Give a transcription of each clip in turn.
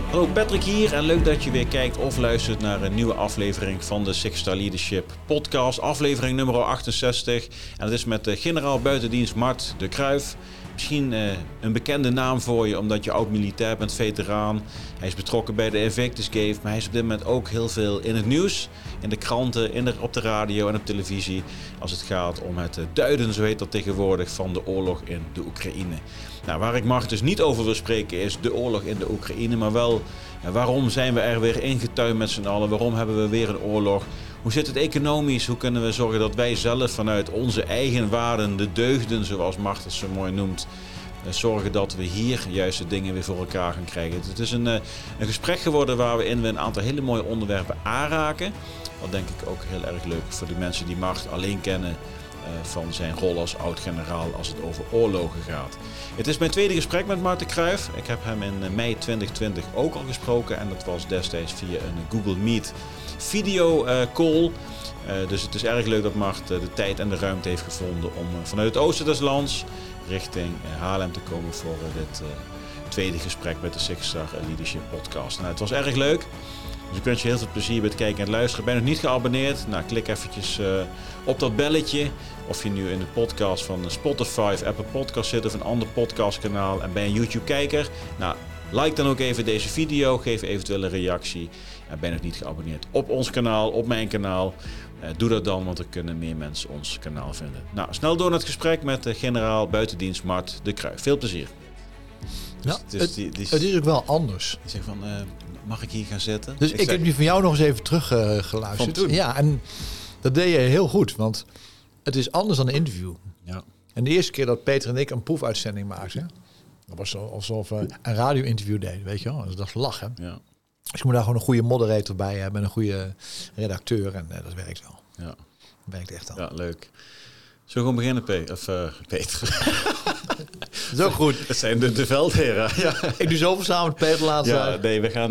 Hallo, Patrick hier en leuk dat je weer kijkt of luistert naar een nieuwe aflevering van de Six Star Leadership podcast. Aflevering nummer 68 en dat is met de generaal buitendienst Mart de Kruijf. Misschien een bekende naam voor je omdat je oud-militair bent, veteraan. Hij is betrokken bij de Invictus Games, maar hij is op dit moment ook heel veel in het nieuws. In de kranten, op de radio en op televisie. Als het gaat om het duiden, zo heet dat tegenwoordig, van de oorlog in de Oekraïne. Nou, waar ik Mart dus niet over wil spreken is de oorlog in de Oekraïne. Maar wel, waarom zijn we er weer ingetuind met z'n allen? Waarom hebben we weer een oorlog? Hoe zit het economisch? Hoe kunnen we zorgen dat wij zelf vanuit onze eigen waarden, de deugden zoals Mart het zo mooi noemt, zorgen dat we hier juist de dingen weer voor elkaar gaan krijgen. Het is een gesprek geworden waarin we een aantal hele mooie onderwerpen aanraken. Dat denk ik ook heel erg leuk voor de mensen die Mart alleen kennen van zijn rol als oud-generaal als het over oorlogen gaat. Het is mijn tweede gesprek met Mart de Kruijf. Ik heb hem in mei 2020 ook al gesproken en dat was destijds via een Google Meet video call. Dus het is erg leuk dat Mart de tijd en de ruimte heeft gevonden om vanuit het oosten des lands richting Haarlem te komen voor dit tweede gesprek met de Six Star Leadership podcast. Nou, het was erg leuk. Dus ik wens je heel veel plezier bij het kijken en luisteren. Ben je nog niet geabonneerd? Nou, klik eventjes op dat belletje. Of je nu in de podcast van Spotify of Apple Podcast zit of een ander podcastkanaal en ben je een YouTube-kijker. Nou, like dan ook even deze video. Geef eventueel een reactie. En ben je nog niet geabonneerd op ons kanaal, op mijn kanaal. Doe dat dan, want dan kunnen meer mensen ons kanaal vinden. Nou, snel door naar het gesprek met de generaal buitendienst Mart de Kruijf. Veel plezier. Ja, het is ook wel anders. Die zegt van, mag ik hier gaan zitten? Dus ik heb nu van jou nog eens even teruggeluisterd. Van toen? Ja, en dat deed je heel goed, want het is anders dan een interview. Ja. En de eerste keer dat Peter en ik een proefuitzending maakten, dat was alsof we een radio-interview deden, weet je wel. Dat was lachen. Ja. Dus je moet daar gewoon een goede moderator bij hebben, een goede redacteur en dat werkt wel. Ja. Dat werkt echt al. Ja, leuk. Zullen we gewoon beginnen, Peter? Dat is ook goed. Dat zijn de veldheren. Ja. Ik doe zoveel samen met Peter laatst. Ja, nee, we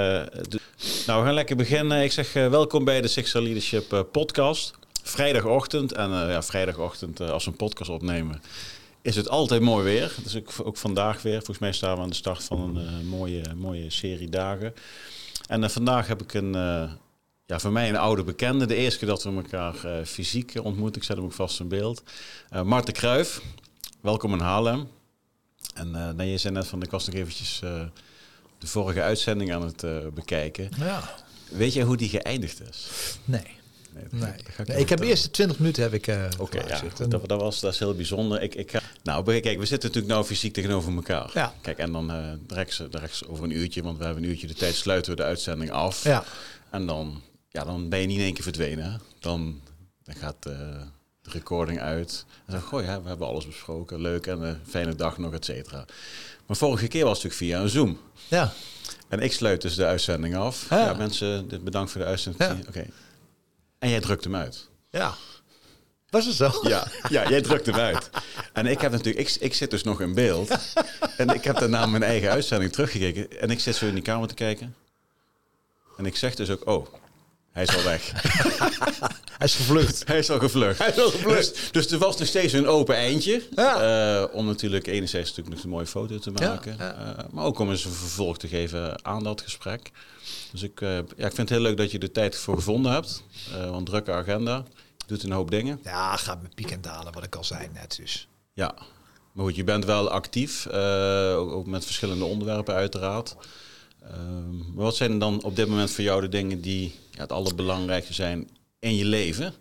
gaan lekker beginnen. Ik zeg welkom bij de Six Star Leadership podcast. Vrijdagochtend. En vrijdagochtend als we een podcast opnemen is het altijd mooi weer. Dus ook vandaag weer. Volgens mij staan we aan de start van een mooie serie dagen. En vandaag heb ik voor mij een oude bekende. De eerste keer dat we elkaar fysiek ontmoeten. Ik zet hem ook vast in beeld. Mart de Kruijf. Welkom in Haarlem. En je zei net van, ik was nog eventjes de vorige uitzending aan het bekijken. Ja. Weet jij hoe die geëindigd is? Nee. Ik heb de eerste 20 minuten heb ik Oké, dat is heel bijzonder. Kijk, we zitten natuurlijk nou fysiek tegenover elkaar. Ja. Kijk, en dan direct over een uurtje, want we hebben een uurtje de tijd, sluiten we de uitzending af. Ja. En dan ben je niet in één keer verdwenen. Hè? Dan gaat de recording uit. En dan we hebben alles besproken. Leuk en een fijne dag nog, et cetera. Maar vorige keer was het natuurlijk via een Zoom. Ja. En ik sluit dus de uitzending af. Ja, ja mensen, bedankt voor de uitzending. Ja. Oké. En jij drukt hem uit. Ja. Was het zo? Ja, jij drukt hem uit. En ik heb natuurlijk, ik zit dus nog in beeld. En ik heb daarna mijn eigen uitzending teruggekeken. En ik zit zo in die kamer te kijken. En ik zeg dus ook, hij is al weg. Hij is gevlucht. Hij is al gevlucht. Dus er was nog steeds een open eindje. Ja. Om natuurlijk enerzijds natuurlijk nog een mooie foto te maken. Ja. Maar ook om eens een vervolg te geven aan dat gesprek. Dus ik vind het heel leuk dat je de tijd voor gevonden hebt. Want drukke agenda. Je doet een hoop dingen. Ja, gaat met piek en dalen, wat ik al zei net dus. Ja, maar goed, je bent wel actief. Ook met verschillende onderwerpen uiteraard. Maar wat zijn dan op dit moment voor jou de dingen die het allerbelangrijkste zijn in je leven?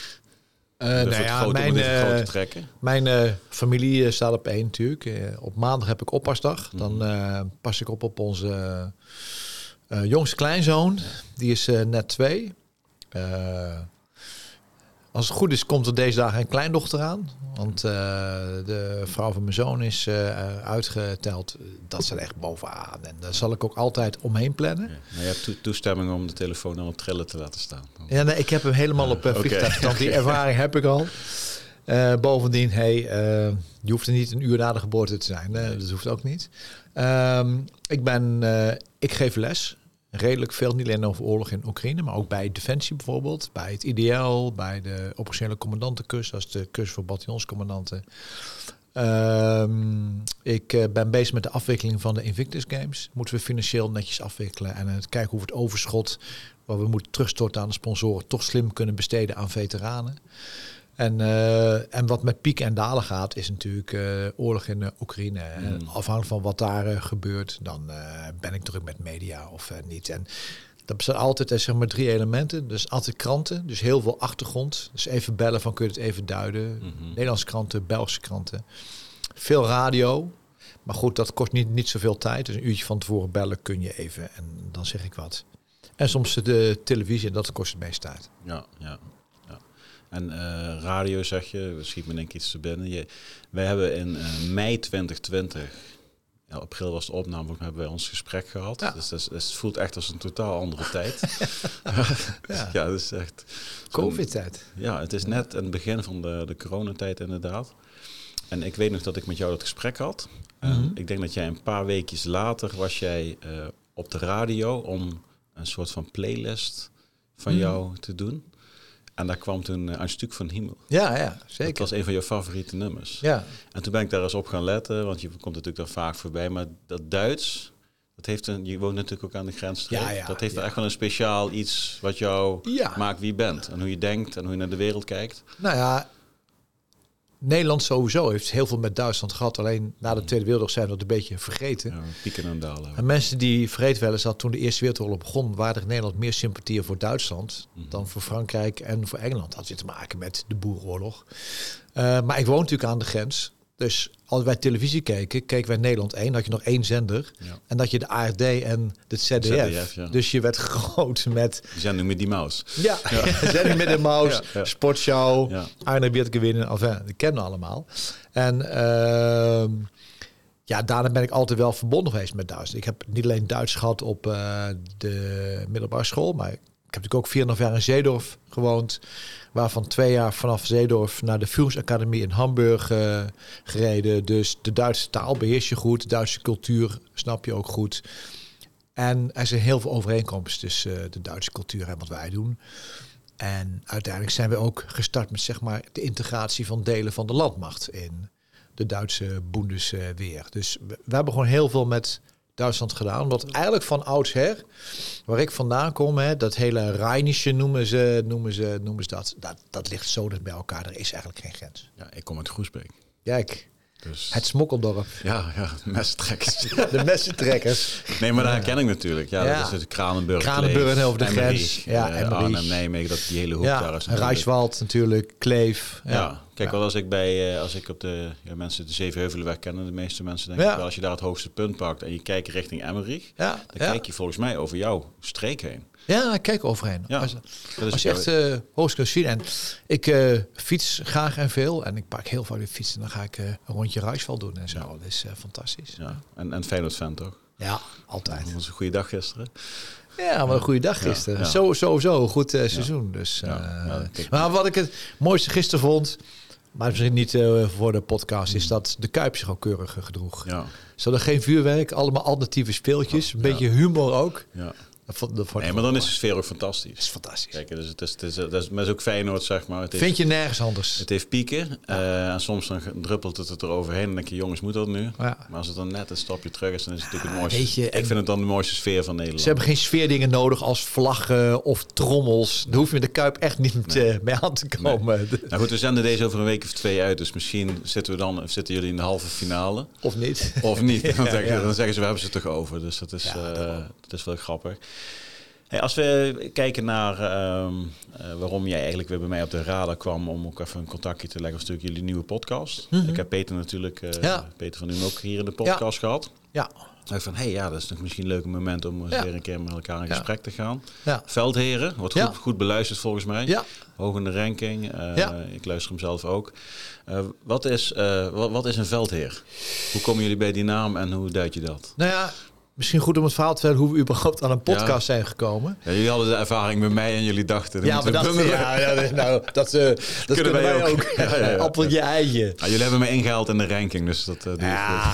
Mijn familie staat op 1 natuurlijk. Op maandag heb ik oppasdag. Dan pas ik op onze jongste kleinzoon. Die is net 2. Als het goed is, komt er deze dagen een kleindochter aan. Want de vrouw van mijn zoon is uitgeteld. Dat staat echt bovenaan. En daar zal ik ook altijd omheen plannen. Ja, maar je hebt toestemming om de telefoon dan op trillen te laten staan. Ja, nee, ik heb hem helemaal op vliegtuigstand. Die ervaring heb ik al. Bovendien, je hoeft er niet een uur na de geboorte te zijn. Dat hoeft ook niet. Ik geef les. Redelijk veel, niet alleen over oorlog in Oekraïne, maar ook bij Defensie bijvoorbeeld, bij het IDL, bij de operationele commandantencursus, dat is de cursus voor bataljonscommandanten. Ik ben bezig met de afwikkeling van de Invictus Games. Moeten we financieel netjes afwikkelen. En het kijken hoe we het overschot, wat we moeten terugstorten aan de sponsoren, toch slim kunnen besteden aan veteranen. En wat met pieken en dalen gaat, is natuurlijk oorlog in Oekraïne. En afhankelijk van wat daar gebeurt, dan ben ik druk met media of niet. En dat bestaat altijd uit zeg maar 3 elementen. Dus altijd kranten, dus heel veel achtergrond. Dus even bellen van kun je het even duiden. Nederlandse kranten, Belgische kranten. Veel radio. Maar goed, dat kost niet zoveel tijd. Dus een uurtje van tevoren bellen kun je even en dan zeg ik wat. En soms de televisie, en dat kost het meeste tijd. Ja. En radio zeg je, schiet me denk ik iets te binnen. Wij hebben in mei 2020, april was de opname, hebben wij ons gesprek gehad. Ja. Dus het voelt echt als een totaal andere tijd. Ja, dat is echt... Covid-tijd. Ja, het is net aan het begin van de coronatijd inderdaad. En ik weet nog dat ik met jou dat gesprek had. Ik denk dat jij een paar weekjes later was jij op de radio om een soort van playlist van jou te doen. En daar kwam toen een stuk van Himmel. Ja, zeker. Dat was een van je favoriete nummers. Ja. En toen ben ik daar eens op gaan letten, want je komt natuurlijk dan vaak voorbij. Maar dat Duits, dat heeft je woont natuurlijk ook aan de grensstreek. Ja, dat heeft echt wel een speciaal iets wat jou maakt wie je bent. En hoe je denkt en hoe je naar de wereld kijkt. Nou ja, Nederland sowieso heeft heel veel met Duitsland gehad. Alleen na de Tweede Wereldoorlog zijn we dat een beetje vergeten. Ja, pieken en dalen. En mensen die vergeten wel eens dat toen de Eerste Wereldoorlog begon, waren er in Nederland meer sympathieën voor Duitsland dan voor Frankrijk en voor Engeland. Dat had weer te maken met de Boerenoorlog. Maar ik woon natuurlijk aan de grens. Dus als wij televisie keken wij Nederland 1. Had je nog 1 zender. Ja. En dat je de ARD en de ZDF. Ja. Dus je werd groot met... Zending met die Maus. Ja, Zending met de Maus. Ja. Sportshow. Ja. Arne Beertke winnen. Enfin, die kennen we allemaal. En daarna ben ik altijd wel verbonden geweest met Duitsland. Ik heb niet alleen Duits gehad op de middelbare school. Maar ik heb natuurlijk ook 4,5 jaar in Zeedorf gewoond. Waarvan 2 jaar vanaf Zeedorf naar de Führungsakademie in Hamburg gereden. Dus de Duitse taal beheers je goed. De Duitse cultuur snap je ook goed. En er zijn heel veel overeenkomsten tussen de Duitse cultuur en wat wij doen. En uiteindelijk zijn we ook gestart met zeg maar de integratie van delen van de landmacht in de Duitse Bundeswehr. Dus we hebben gewoon heel veel met Duitsland gedaan. Omdat eigenlijk van oudsher, waar ik vandaan kom, dat hele Rheinische noemen ze dat ligt zo dicht bij elkaar. Er is eigenlijk geen grens. Ja, ik kom uit Groesbeek. Kijk, dus het smokkeldorp. Ja, de messentrekkers. De messentrekkers. Nee, maar daar ken ik natuurlijk. Ja, dat is het Kranenburg en over de grens. Arnhem, Nijmegen, dat die hele hoek daar is. Rijswald natuurlijk, Kleef. Ja. Kijk, wel als ik op de mensen de Zevenheuvelenweg kennen, de meeste mensen denken wel, als je daar het hoogste punt pakt en je kijkt richting Emmerich, dan kijk je volgens mij over jouw streek heen. Ja, ik kijk overheen. Ja, als je echt hoogst kunt zien. En ik fiets graag en veel. En ik pak heel vaak de fiets en dan ga ik een rondje Rijswald doen en zo. Ja. Dat is fantastisch. Ja. En Feyenoord-fan toch? Ja, altijd. Dat was een goede dag gisteren. Ja, maar een goede dag gisteren. Ja. Sowieso een goed seizoen. Dus, maar wat ik het mooiste gisteren vond, maar misschien niet voor de podcast, is dat de Kuip zich ook keurig gedroeg. Ja. Ze hadden geen vuurwerk, allemaal alternatieve speeltjes. Een beetje humor ook. Ja. Nee, maar dan is de sfeer ook fantastisch. Het is fantastisch. Kijk, dus het is ook Feyenoord, zeg maar. Vind je nergens anders. Het heeft pieken. En soms dan druppelt het er overheen. En denk je, jongens, moet dat nu? Ja. Maar als het dan net een stapje terug is, dan is het natuurlijk het mooiste. Ik vind het dan de mooiste sfeer van Nederland. Ze hebben geen sfeerdingen nodig als vlaggen of trommels. Daar hoef je met de Kuip echt niet mee aan te komen. Nee. Nou goed, we zenden deze over een week of 2 uit. Dus misschien zitten jullie in de halve finale. Of niet. Of niet. Dan zeggen ze, we hebben ze toch over. Dus dat is wel grappig. Hey, als we kijken naar waarom jij eigenlijk weer bij mij op de radar kwam om ook even een contactje te leggen, was natuurlijk jullie nieuwe podcast. Ik heb Peter natuurlijk, Peter van Uhm ook hier in de podcast gehad. Ja. Ik van, dat is toch misschien een leuk moment om eens weer een keer met elkaar in gesprek te gaan. Ja. Veldheren, wordt goed beluisterd volgens mij. Ja. Hoog in de ranking. Ik luister hem zelf ook. Wat is een veldheer? Hoe komen jullie bij die naam en hoe duid je dat? Nou ja, misschien goed om het verhaal te vertellen hoe we überhaupt aan een podcast zijn gekomen. Ja, jullie hadden de ervaring met mij en jullie dachten... we dachten, dat kunnen wij ook. Appeltje, eitje. Jullie hebben me ingehaald in de ranking, dus dat doe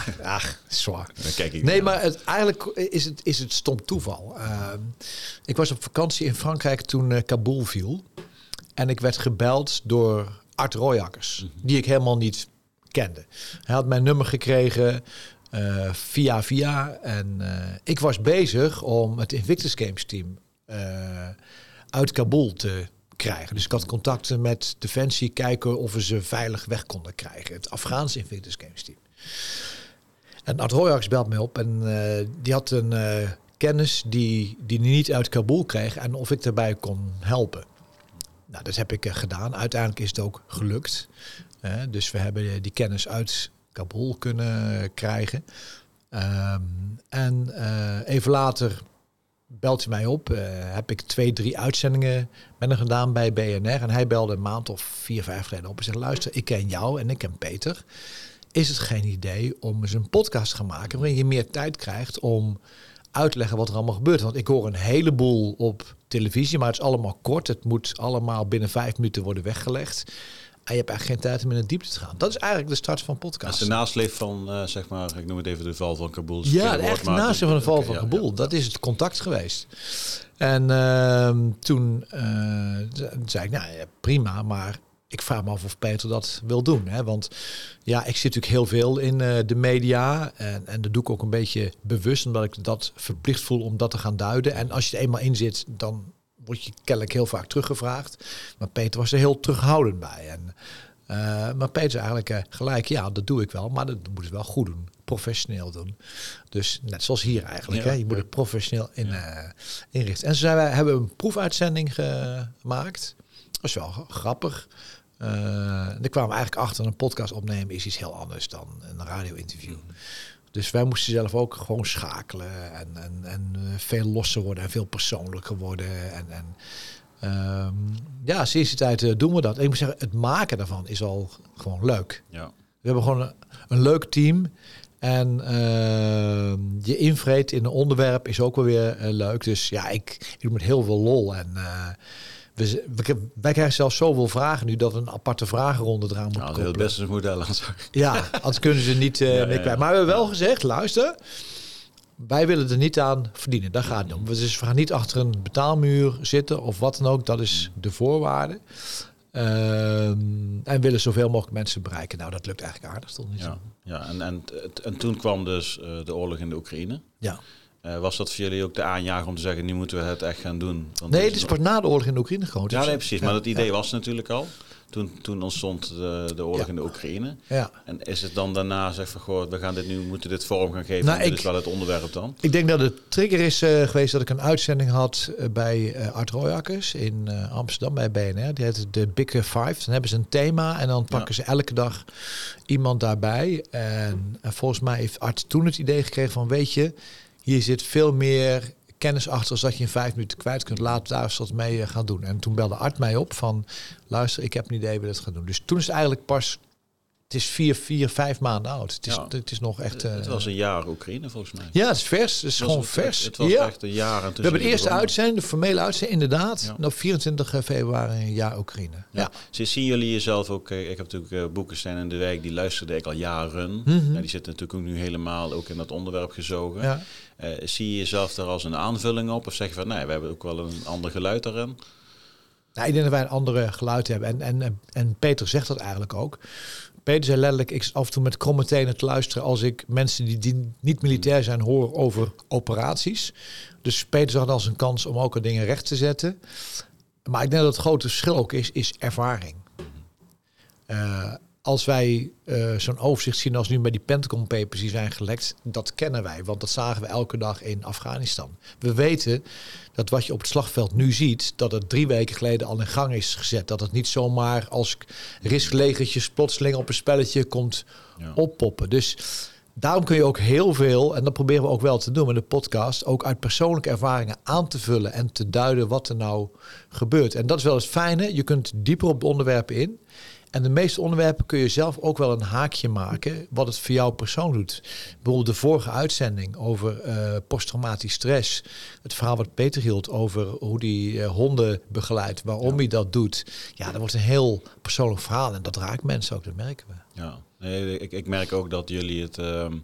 zwaar. Kijk ik nee, maar eigenlijk is het stom toeval. Ik was op vakantie in Frankrijk toen Kabul viel. En ik werd gebeld door Art Royakkers, die ik helemaal niet kende. Hij had mijn nummer gekregen via. En ik was bezig om het Invictus Games team uit Kabul te krijgen. Dus ik had contacten met Defensie, kijken of we ze veilig weg konden krijgen. Het Afghaanse Invictus Games team. En Art Royax belt mij op en die had een kennis die niet uit Kabul kreeg en of ik daarbij kon helpen. Nou, dat heb ik gedaan. Uiteindelijk is het ook gelukt. Dus we hebben die kennis uit Kabul kunnen krijgen. Even later belt hij mij op. Heb ik 2-3 uitzendingen met hem gedaan bij BNR. En hij belde een maand of 4-5 geleden op en zegt: luister, ik ken jou en ik ken Peter. Is het geen idee om eens een podcast te gaan maken waarin je meer tijd krijgt om uit te leggen wat er allemaal gebeurt? Want ik hoor een heleboel op televisie, maar het is allemaal kort. Het moet allemaal binnen 5 minuten worden weggelegd. En je hebt eigenlijk geen tijd om in de diepte te gaan. Dat is eigenlijk de start van podcast. Dat is de nasleep van, zeg maar, ik noem het even de val van Kabul. Ja, echt de nasleep van de val van Kabul. Dat is het contact geweest. En toen zei ik, nou ja, prima, maar ik vraag me af of Peter dat wil doen. Hè? Want ja, ik zit natuurlijk heel veel in de media. En dat doe ik ook een beetje bewust, omdat ik dat verplicht voel om dat te gaan duiden. En als je er eenmaal in zit, dan word je kennelijk heel vaak teruggevraagd. Maar Peter was er heel terughoudend bij. Maar Peter is eigenlijk gelijk, ja, dat doe ik wel. Maar dat moet het wel goed doen. Professioneel doen. Dus net zoals hier eigenlijk. Ja, hè? Je moet het professioneel inrichten. En zo hebben we een proefuitzending gemaakt. Dat is wel grappig. Er kwamen we eigenlijk achter, een podcast opnemen is iets heel anders dan een radio-interview. Dus wij moesten zelf ook gewoon schakelen en veel losser worden en veel persoonlijker worden. Ja, sinds die tijd doen we dat. En ik moet zeggen, het maken daarvan is al gewoon leuk. Ja. We hebben gewoon een leuk team. En je invreed in een onderwerp is ook wel weer leuk. Dus ja, ik doe met heel veel lol. En wij krijgen zelfs zoveel vragen nu dat we een aparte vragenronde eraan moeten koppelen. Het beste model. Ja, anders kunnen ze niet meer kwijt. Maar we hebben wel gezegd, luister, wij willen er niet aan verdienen. Daar gaat het om. Dus we gaan niet achter een betaalmuur zitten of wat dan ook. Dat is de voorwaarde. En willen zoveel mogelijk mensen bereiken. Nou, dat lukt eigenlijk aardig, toch niet? Ja, en toen kwam dus de oorlog in de Oekraïne. Ja. Was dat voor jullie ook de aanjager om te zeggen, nu moeten we het echt gaan doen? Want nee, het is pas na de oorlog in de Oekraïne gewoon. Ja, nee, precies. Maar dat idee was natuurlijk al. Toen ontstond de oorlog in de Oekraïne. Ja. En is het dan daarna, zeg van, goh, we moeten dit vorm gaan geven. Nou, dit is wel het onderwerp dan. Ik denk dat het trigger is geweest dat ik een uitzending had bij Art Royakkers in Amsterdam bij BNR. Die heet de Big Five. Dan hebben ze een thema en dan pakken ze elke dag iemand daarbij. En volgens mij heeft Art toen het idee gekregen van, weet je, hier zit veel meer kennis achter als dat je in 5 minuten kwijt kunt. Laat daar eens wat mee gaan doen. En toen belde Art mij op van, luister, ik heb een idee wie dat gaan doen. Dus toen is het eigenlijk pas, het is 5 maanden oud. Het is nog echt... het was een jaar Oekraïne volgens mij. Ja, het is vers. Het is gewoon vers. Het was echt een jaar. En we hebben de eerste uitzending, de formele uitzending, inderdaad. Ja. Op 24 februari een jaar Oekraïne. Ja. Zien jullie jezelf ook... Ik heb natuurlijk Boekenstein en de Wijk, die luisterde ik al jaren. Mm-hmm. Die zitten natuurlijk ook nu helemaal ook in dat onderwerp gezogen. Ja. Zie je jezelf daar als een aanvulling op? Of zeg je van, nee, we hebben ook wel een ander geluid daarin? Nou, ik denk dat wij een andere geluid hebben. En Peter zegt dat eigenlijk ook. Peter zei letterlijk, ik zit af en toe met kromme tenen te luisteren als ik mensen die niet militair zijn hoor over operaties. Dus Peter zag het als een kans om ook dingen recht te zetten. Maar ik denk dat het grote verschil ook is ervaring. Als wij zo'n overzicht zien als nu bij die Pentagon Papers die zijn gelekt, dat kennen wij, want dat zagen we elke dag in Afghanistan. We weten dat wat je op het slagveld nu ziet, dat het 3 weken geleden al in gang is gezet. Dat het niet zomaar als risklegertjes plotseling op een spelletje komt oppoppen. Dus daarom kun je ook heel veel, en dat proberen we ook wel te doen met de podcast, ook uit persoonlijke ervaringen aan te vullen en te duiden wat er nou gebeurt. En dat is wel het fijne, je kunt dieper op de onderwerpen in. En de meeste onderwerpen kun je zelf ook wel een haakje maken wat het voor jouw persoon doet. Bijvoorbeeld de vorige uitzending over posttraumatisch stress. Het verhaal wat Peter hield over hoe die honden begeleidt, waarom hij dat doet. Ja, dat wordt een heel persoonlijk verhaal en dat raakt mensen ook, dat merken we. Ja, nee, ik merk ook dat jullie het...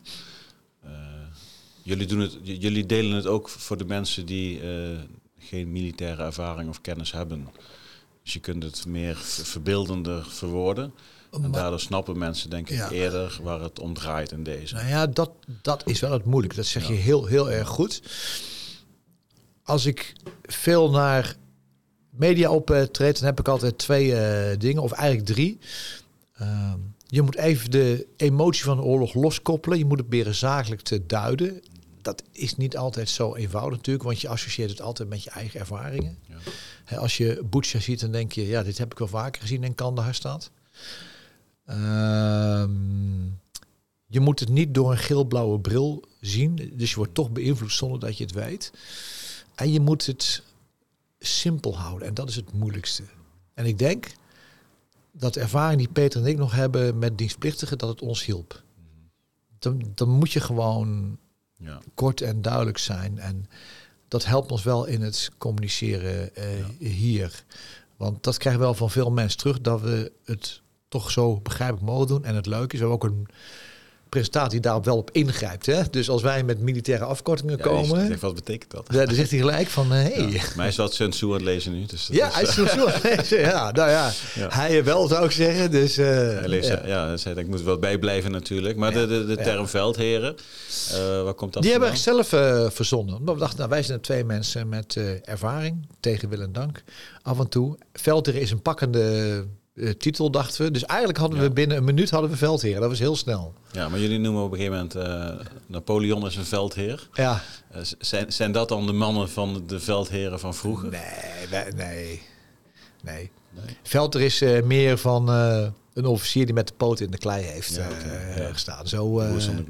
jullie delen het ook voor de mensen die geen militaire ervaring of kennis hebben. Dus je kunt het meer verbeeldender verwoorden. En daardoor snappen mensen denk ik eerder waar het om draait in deze. Nou ja, dat is wel het moeilijke. Dat zeg je heel erg goed. Als ik veel naar media optreed, dan heb ik altijd 2 dingen, of eigenlijk 3. Je moet even de emotie van de oorlog loskoppelen. Je moet het proberen zakelijk te duiden. Dat is niet altijd zo eenvoudig natuurlijk, want je associeert het altijd met je eigen ervaringen. Ja. Als je Butsja ziet, dan denk je, dit heb ik wel vaker gezien in Kandahar stad. Je moet het niet door een geel-blauwe bril zien. Dus je wordt toch beïnvloed zonder dat je het weet. En je moet het simpel houden. En dat is het moeilijkste. En ik denk dat de ervaring die Peter en ik nog hebben met dienstplichtigen, dat het ons hielp. Dan moet je gewoon kort en duidelijk zijn. En dat helpt ons wel in het communiceren hier. Want dat krijgen we wel van veel mensen terug, dat we het toch zo begrijpelijk mogen doen. En het leuke is, we hebben ook een presentatie die daarop wel op ingrijpt. Hè? Dus als wij met militaire afkortingen komen... Zegt, wat betekent dat? Dan zegt hij gelijk van... Maar hij is wat Sun Tzu aan het lezen nu. Dus hij is Sun Tzu aan het lezen. Hij wel, zou ik zeggen. Dus, hij leest, zei, ik moet wel bijblijven natuurlijk. Maar de term veldheren, waar komt dat die vandaan? hebben we zelf verzonnen. Omdat we dachten, wij zijn 2 mensen met ervaring. Tegen wil en dank. Af en toe. Veldheren is een pakkende... titel, dachten we. Dus eigenlijk hadden we binnen een minuut veldheren. Dat was heel snel. Ja, maar jullie noemen op een gegeven moment Napoleon is een veldheer. Ja. Zijn dat dan de mannen van de veldheren van vroeger? Nee. Veldheer is meer van een officier die met de poot in de klei heeft gestaan. Zo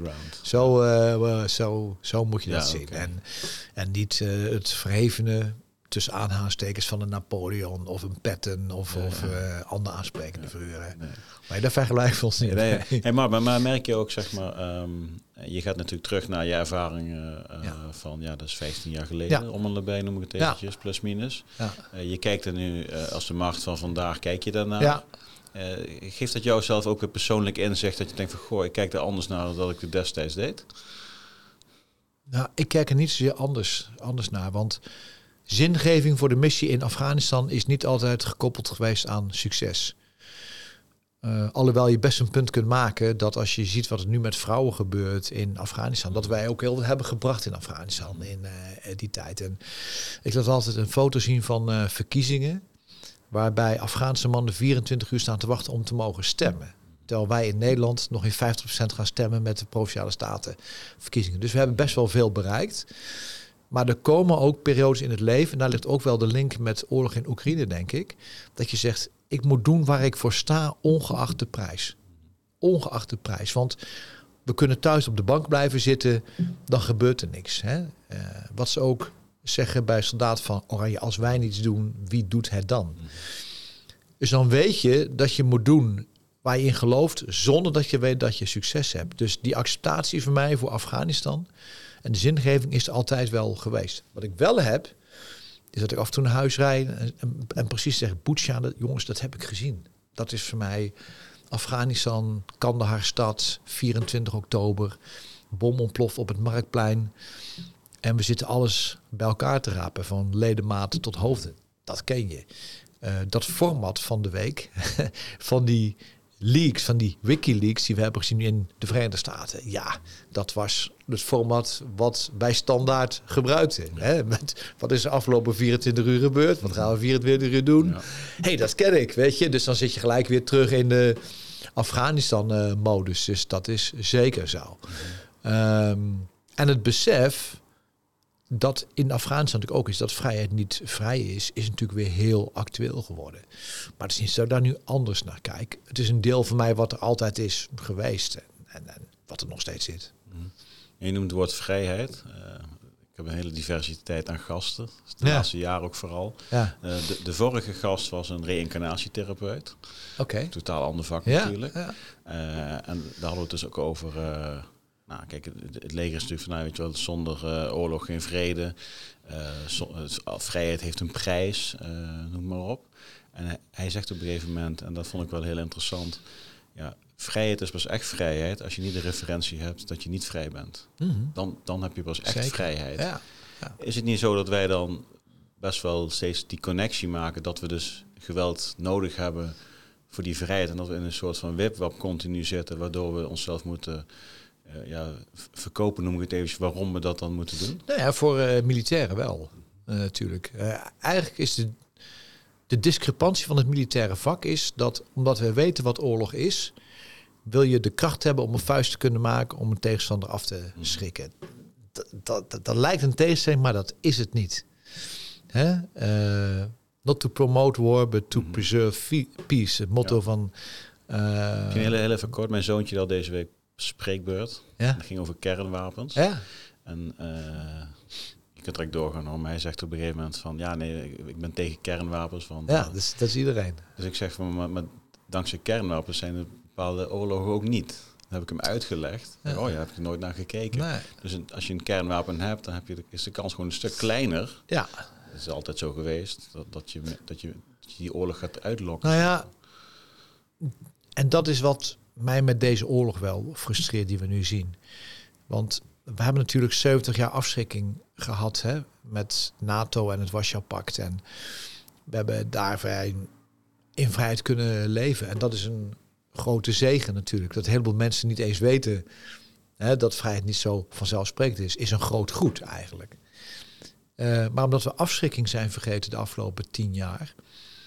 moet je dat zien. Okay. En niet het verhevene tussen aanhalingstekens van een Napoleon of een Patton of andere aansprekende figuren. Nee. Maar dat vergelijkt ons niet. Hey, maar merk je ook, zeg maar, je gaat natuurlijk terug naar je ervaringen van, dat is 15 jaar geleden, om en nabij noem ik het eventjes, plus minus. Ja. Je kijkt er nu als de markt van vandaag, kijk je daarnaar. Ja. Geeft dat jou zelf ook een persoonlijk inzicht dat je denkt van, goh, ik kijk er anders naar dan dat ik het destijds deed? Nou, ik kijk er niet zozeer anders naar, want zingeving voor de missie in Afghanistan is niet altijd gekoppeld geweest aan succes. Alhoewel je best een punt kunt maken dat als je ziet wat er nu met vrouwen gebeurt in Afghanistan, dat wij ook heel veel hebben gebracht in Afghanistan in die tijd. En ik laat altijd een foto zien van verkiezingen, waarbij Afghaanse mannen 24 uur staan te wachten om te mogen stemmen. Terwijl wij in Nederland nog in 50% gaan stemmen met de Provinciale Statenverkiezingen. Dus we hebben best wel veel bereikt. Maar er komen ook periodes in het leven, en daar ligt ook wel de link met oorlog in Oekraïne, denk ik, dat je zegt, ik moet doen waar ik voor sta, ongeacht de prijs. Ongeacht de prijs. Want we kunnen thuis op de bank blijven zitten, dan gebeurt er niks. Hè? Wat ze ook zeggen bij soldaten van Oranje, als wij niets doen, wie doet het dan? Dus dan weet je dat je moet doen waar je in gelooft, zonder dat je weet dat je succes hebt. Dus die acceptatie voor mij voor Afghanistan en de zingeving is er altijd wel geweest. Wat ik wel heb, is dat ik af en toe naar huis rijd en precies zeg, Butsja, jongens, dat heb ik gezien. Dat is voor mij Afghanistan, Kandahar stad, 24 oktober. Bom ontploft op het Marktplein. En we zitten alles bij elkaar te rapen, van ledematen tot hoofden. Dat ken je. Dat format van de week, van die leaks, van die WikiLeaks die we hebben gezien in de Verenigde Staten. Ja, dat was het format wat wij standaard gebruikten. Hè? Met, wat is er afgelopen 24 uur gebeurd? Wat gaan we 24 uur doen? Ja. Hey, dat ken ik, weet je. Dus dan zit je gelijk weer terug in de Afghanistan-modus. Dus dat is zeker zo. En het besef dat in Afghanistan natuurlijk ook is dat vrijheid niet vrij is natuurlijk weer heel actueel geworden. Maar het is niet zo dat ik daar nu anders naar kijk. Het is een deel van mij wat er altijd is geweest en wat er nog steeds zit. Je noemt het woord vrijheid. Ik heb een hele diversiteit aan gasten. De laatste jaren ook vooral. Ja. De vorige gast was een reïncarnatietherapeut. Okay. Totaal ander vak natuurlijk. Ja. En daar hadden we het dus ook over. Nou, kijk, het leger is natuurlijk van, weet je wel, zonder oorlog geen vrede. Vrijheid heeft een prijs, noem maar op. En hij zegt op een gegeven moment, en dat vond ik wel heel interessant, ja, vrijheid is pas echt vrijheid als je niet de referentie hebt dat je niet vrij bent. Mm-hmm. Dan heb je pas echt Zeker. Vrijheid. Ja. Ja. Is het niet zo dat wij dan best wel steeds die connectie maken dat we dus geweld nodig hebben voor die vrijheid en dat we in een soort van wipwap continu zitten, waardoor we onszelf moeten verkopen, noem ik het even, waarom we dat dan moeten doen? Nou ja, voor militairen wel, natuurlijk. Eigenlijk is de discrepantie van het militaire vak is dat, omdat we weten wat oorlog is, wil je de kracht hebben om een vuist te kunnen maken om een tegenstander af te schrikken. Dat lijkt een tegenstelling, maar dat is het niet. Hè? Not to promote war, but to preserve peace. Het motto van... heel even kort. Mijn zoontje had deze week spreekbeurt. Ja? Dat ging over kernwapens. Ja? En je kunt direct doorgaan hoor. Maar hij zegt op een gegeven moment van... Ja, nee, ik ben tegen kernwapens. Dat is iedereen. Dus ik zeg van... Maar dankzij kernwapens zijn er bepaalde oorlogen ook niet. Dan heb ik hem uitgelegd. Ja. Oh ja, heb ik er nooit naar gekeken. Nee. Dus als je een kernwapen hebt, dan is de kans gewoon een stuk kleiner. Ja. Het is altijd zo geweest dat je die oorlog gaat uitlokken. Nou ja, en dat is wat mij met deze oorlog wel frustreert die we nu zien. Want we hebben natuurlijk 70 jaar afschrikking gehad, hè, met NATO en het Warschau-pact. En we hebben daar in vrijheid kunnen leven. En dat is een grote zegen natuurlijk. Dat een heleboel mensen niet eens weten, hè, dat vrijheid niet zo vanzelfsprekend is een groot goed eigenlijk. Maar omdat we afschrikking zijn vergeten de afgelopen 10 jaar...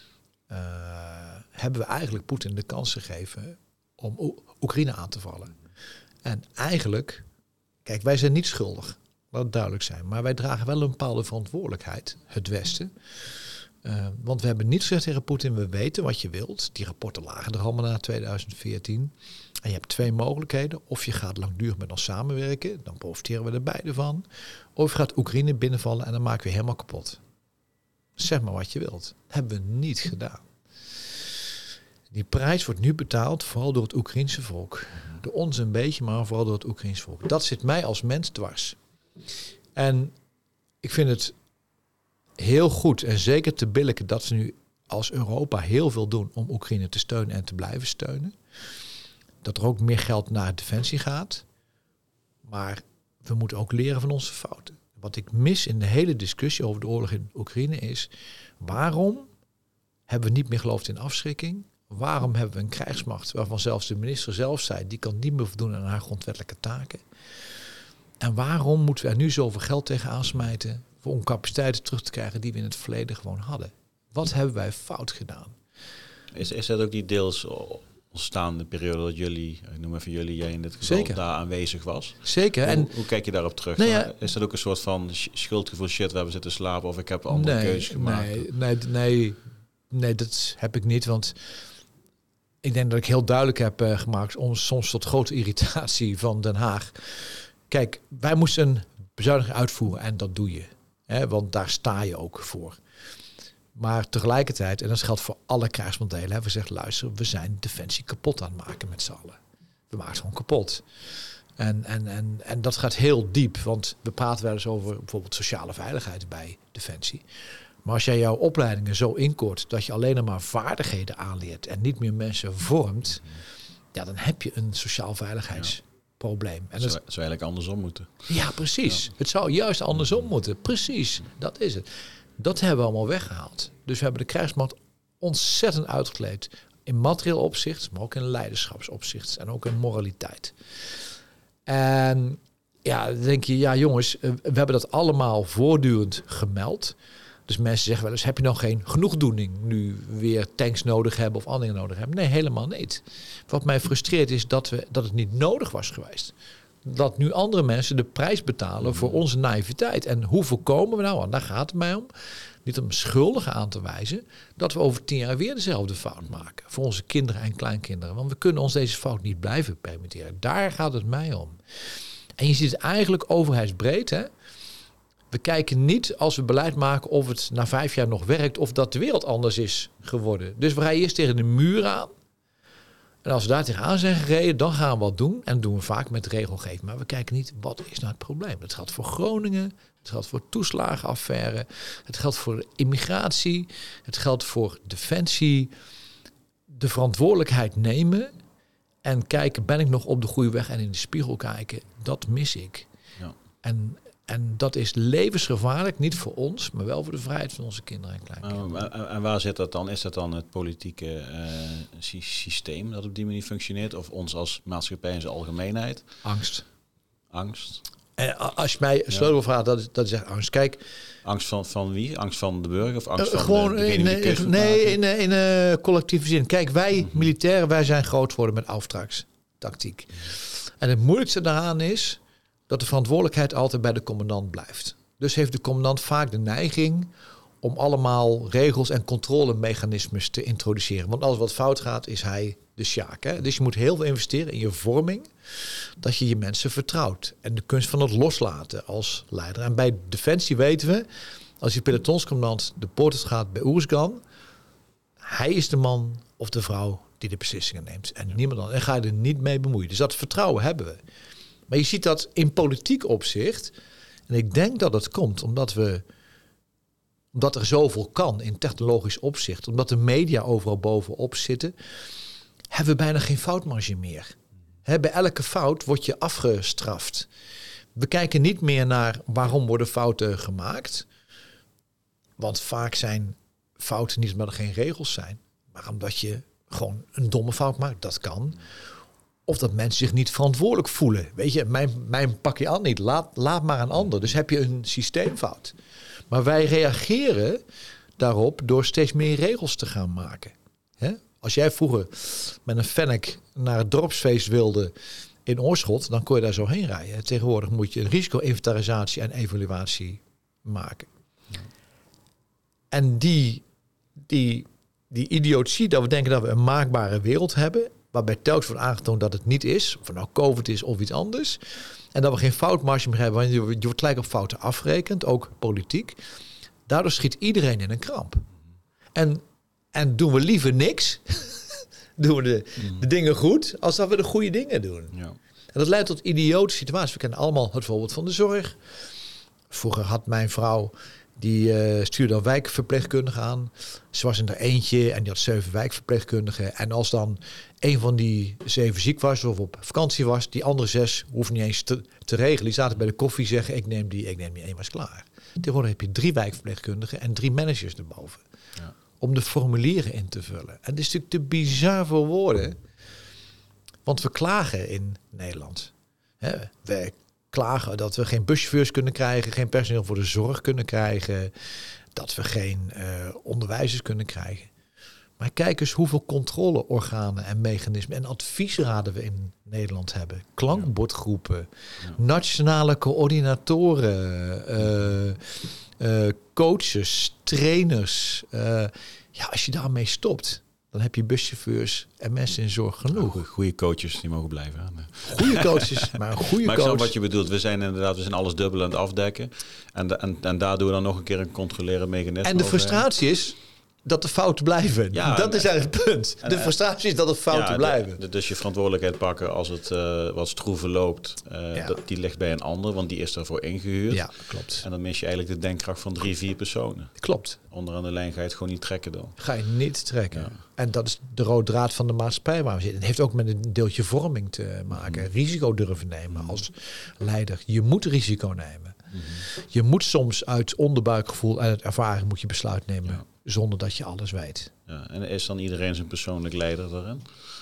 hebben we eigenlijk Poetin de kans gegeven om Oekraïne aan te vallen. En eigenlijk, kijk, wij zijn niet schuldig, laat het duidelijk zijn. Maar wij dragen wel een bepaalde verantwoordelijkheid, het Westen. Want we hebben niet gezegd tegen Poetin, we weten wat je wilt. Die rapporten lagen er allemaal na 2014. En je hebt 2 mogelijkheden. Of je gaat langdurig met ons samenwerken, dan profiteren we er beide van. Of je gaat Oekraïne binnenvallen en dan maken we helemaal kapot. Zeg maar wat je wilt. Dat hebben we niet gedaan. Die prijs wordt nu betaald vooral door het Oekraïense volk. Door ons een beetje, maar vooral door het Oekraïense volk. Dat zit mij als mens dwars. En ik vind het heel goed en zeker te billijken dat we nu als Europa heel veel doen om Oekraïne te steunen en te blijven steunen. Dat er ook meer geld naar defensie gaat. Maar we moeten ook leren van onze fouten. Wat ik mis in de hele discussie over de oorlog in Oekraïne is, waarom hebben we niet meer geloofd in afschrikking? Waarom hebben we een krijgsmacht waarvan zelfs de minister zelf zei, die kan niet meer voldoen aan haar grondwettelijke taken? En waarom moeten we er nu zoveel geld tegen aansmijten om capaciteiten terug te krijgen die we in het verleden gewoon hadden? Wat hebben wij fout gedaan? Is dat ook die deels ontstaande periode dat jullie, ik noem even jullie, jij in dit geval Zeker. Daar aanwezig was? Zeker. Hoe kijk je daarop terug? Nou ja, is dat ook een soort van schuldgevoel, shit, we hebben zitten slapen of ik heb andere keuzes gemaakt? Nee, dat heb ik niet, want ik denk dat ik heel duidelijk heb gemaakt, soms tot grote irritatie van Den Haag. Kijk, wij moesten een bezuiniging uitvoeren en dat doe je. Hè, want daar sta je ook voor. Maar tegelijkertijd, en dat geldt voor alle krijgsmodellen, hebben we gezegd, luister, we zijn defensie kapot aan het maken met z'n allen. We maken het gewoon kapot. En dat gaat heel diep, want we praten wel eens over bijvoorbeeld sociale veiligheid bij defensie. Maar als jij jouw opleidingen zo inkort dat je alleen maar vaardigheden aanleert en niet meer mensen vormt, ja, dan heb je een sociaal veiligheidsprobleem. En het zou eigenlijk andersom moeten. Ja, precies. Ja. Het zou juist andersom moeten. Precies, dat is het. Dat hebben we allemaal weggehaald. Dus we hebben de krijgsmacht ontzettend uitgekleed. In materieel opzicht, maar ook in leiderschapsopzicht en ook in moraliteit. En ja, dan denk je, ja jongens, we hebben dat allemaal voortdurend gemeld. Dus mensen zeggen wel eens, heb je nog geen genoegdoening nu weer tanks nodig hebben of andere dingen nodig hebben? Nee, helemaal niet. Wat mij frustreert is dat het niet nodig was geweest. Dat nu andere mensen de prijs betalen voor onze naïviteit. En hoe voorkomen we nou, en daar gaat het mij om, niet om schuldigen aan te wijzen, dat we over 10 jaar weer dezelfde fout maken. Voor onze kinderen en kleinkinderen. Want we kunnen ons deze fout niet blijven permitteren. Daar gaat het mij om. En je ziet het eigenlijk overheidsbreed, hè. We kijken niet als we beleid maken of het na 5 jaar nog werkt of dat de wereld anders is geworden. Dus we rijden eerst tegen de muur aan. En als we daar tegenaan zijn gereden, dan gaan we wat doen. En dat doen we vaak met regelgeving. Maar we kijken niet, wat is nou het probleem? Dat geldt voor Groningen, het geldt voor toeslagenaffaire, het geldt voor immigratie, het geldt voor defensie. De verantwoordelijkheid nemen en kijken, ben ik nog op de goede weg? En in de spiegel kijken, dat mis ik. Ja. En En dat is levensgevaarlijk, niet voor ons, maar wel voor de vrijheid van onze kinderen en kleinkinderen. En waar zit dat dan? Is dat dan het politieke systeem dat op die manier functioneert? Of ons als maatschappij in zijn algemeenheid? Angst. En als je mij sleutel vraagt, dat is echt angst. Kijk, angst van wie? Angst van de burger of angst van gewoon in collectieve zin. Kijk, wij militairen, wij zijn groot geworden met auftragstactiek. En het moeilijkste daaraan is dat de verantwoordelijkheid altijd bij de commandant blijft. Dus heeft de commandant vaak de neiging om allemaal regels en controlemechanismes te introduceren. Want als wat fout gaat, is hij de sjaak. Hè? Dus je moet heel veel investeren in je vorming, dat je je mensen vertrouwt. En de kunst van het loslaten als leider. En bij Defensie weten we, als je pelotonscommandant de poort gaat bij Oerskan, hij is de man of de vrouw die de beslissingen neemt. En niemand anders. En ga je er niet mee bemoeien. Dus dat vertrouwen hebben we. Maar je ziet dat in politiek opzicht. En ik denk dat het komt omdat er zoveel kan in technologisch opzicht. Omdat de media overal bovenop zitten. Hebben we bijna geen foutmarge meer. Bij elke fout word je afgestraft. We kijken niet meer naar waarom worden fouten gemaakt. Want vaak zijn fouten niet omdat er geen regels zijn. Maar omdat je gewoon een domme fout maakt. Dat kan. Of dat mensen zich niet verantwoordelijk voelen. Weet je, mijn pak je aan niet. Laat maar een ander. Dus heb je een systeemfout. Maar wij reageren daarop door steeds meer regels te gaan maken. Als jij vroeger met een Fennec naar het dorpsfeest wilde in Oorschot, dan kon je daar zo heen rijden. Tegenwoordig moet je een risico-inventarisatie en evaluatie maken. En die idiotie dat we denken dat we een maakbare wereld hebben, waarbij telkens wordt aangetoond dat het niet is, of het nou COVID is of iets anders, en dat we geen foutmarge meer hebben, want je wordt gelijk op fouten afgerekend, ook politiek. Daardoor schiet iedereen in een kramp. En doen we liever niks, doen we de dingen goed, als dat we de goede dingen doen. Ja. En dat leidt tot idiote situaties. We kennen allemaal het voorbeeld van de zorg. Vroeger had mijn vrouw, die stuurde dan wijkverpleegkundigen aan. Ze was in er eentje en die had 7 wijkverpleegkundigen. En als dan een van die 7 ziek was of op vakantie was, die andere 6 hoeven niet eens te regelen. Die zaten bij de koffie zeggen, ik neem die 1 was klaar. Tegenwoordig heb je 3 wijkverpleegkundigen en 3 managers erboven. Ja. Om de formulieren in te vullen. En het is natuurlijk te bizar voor woorden. Want we klagen in Nederland. We klagen dat we geen buschauffeurs kunnen krijgen, geen personeel voor de zorg kunnen krijgen, dat we geen onderwijzers kunnen krijgen. Maar kijk eens hoeveel controleorganen en mechanismen en adviesraden we in Nederland hebben. Klankbordgroepen, nationale coördinatoren, coaches, trainers. Als je daarmee stopt, dan heb je buschauffeurs en mensen in zorg genoeg. Goede coaches, die mogen blijven. Goede coaches, maar een goede coach. Ik snap wat je bedoelt. We zijn alles dubbel aan het afdekken. En daardoor dan nog een keer een controleren mechanisme. En de frustratie is dat de fouten blijven. Ja, dat is eigenlijk het punt. De frustratie is dat de fouten blijven. Dus je verantwoordelijkheid pakken als het wat stroeven loopt. Die ligt bij een ander, want die is daarvoor ingehuurd. Ja, klopt. En dan mis je eigenlijk de denkkracht van 3-4 personen. Klopt. Onderaan de lijn ga je het gewoon niet trekken dan. Ga je niet trekken. Ja. En dat is de rode draad van de maatschappij waar we zitten. Het heeft ook met een deeltje vorming te maken. Risico durven nemen als leider. Je moet risico nemen. Je moet soms uit onderbuikgevoel en uit ervaring moet je besluit nemen. Ja. Zonder dat je alles weet. Ja, en is dan iedereen zijn persoonlijk leider daarin?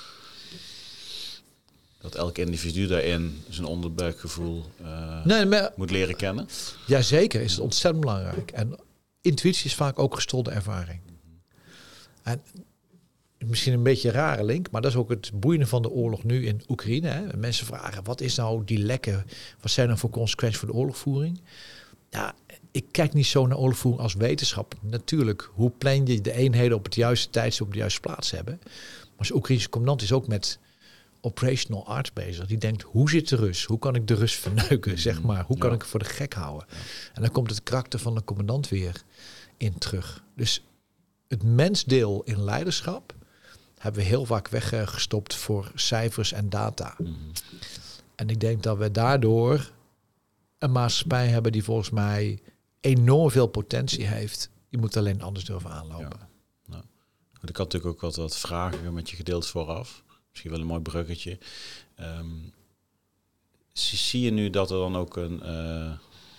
Dat elk individu daarin zijn onderbuikgevoel moet leren kennen? Jazeker, is het ontzettend belangrijk. En intuïtie is vaak ook gestolde ervaring. En misschien een beetje een rare link, maar dat is ook het boeiende van de oorlog nu in Oekraïne. Hè? Mensen vragen, wat is nou die lekken? Wat zijn er voor consequenties voor de oorlogvoering? Ja, ik kijk niet zo naar oorlogvoering als wetenschap. Natuurlijk, hoe plan je de eenheden op het juiste tijdstip op de juiste plaats hebben. Maar de Oekraïnse commandant is ook met operational art bezig. Die denkt, hoe zit de Rus? Hoe kan ik de Rus verneuken, zeg maar? Hoe kan ik het voor de gek houden? En dan komt het karakter van de commandant weer in terug. Dus het mensdeel in leiderschap hebben we heel vaak weggestopt voor cijfers en data. En ik denk dat we daardoor een maatschappij hebben die volgens mij enorm veel potentie heeft. Je moet alleen anders durven aanlopen. Ja. Nou, ik had natuurlijk ook wat vragen met je gedeeld vooraf. Misschien wel een mooi bruggetje. Zie je nu dat er dan ook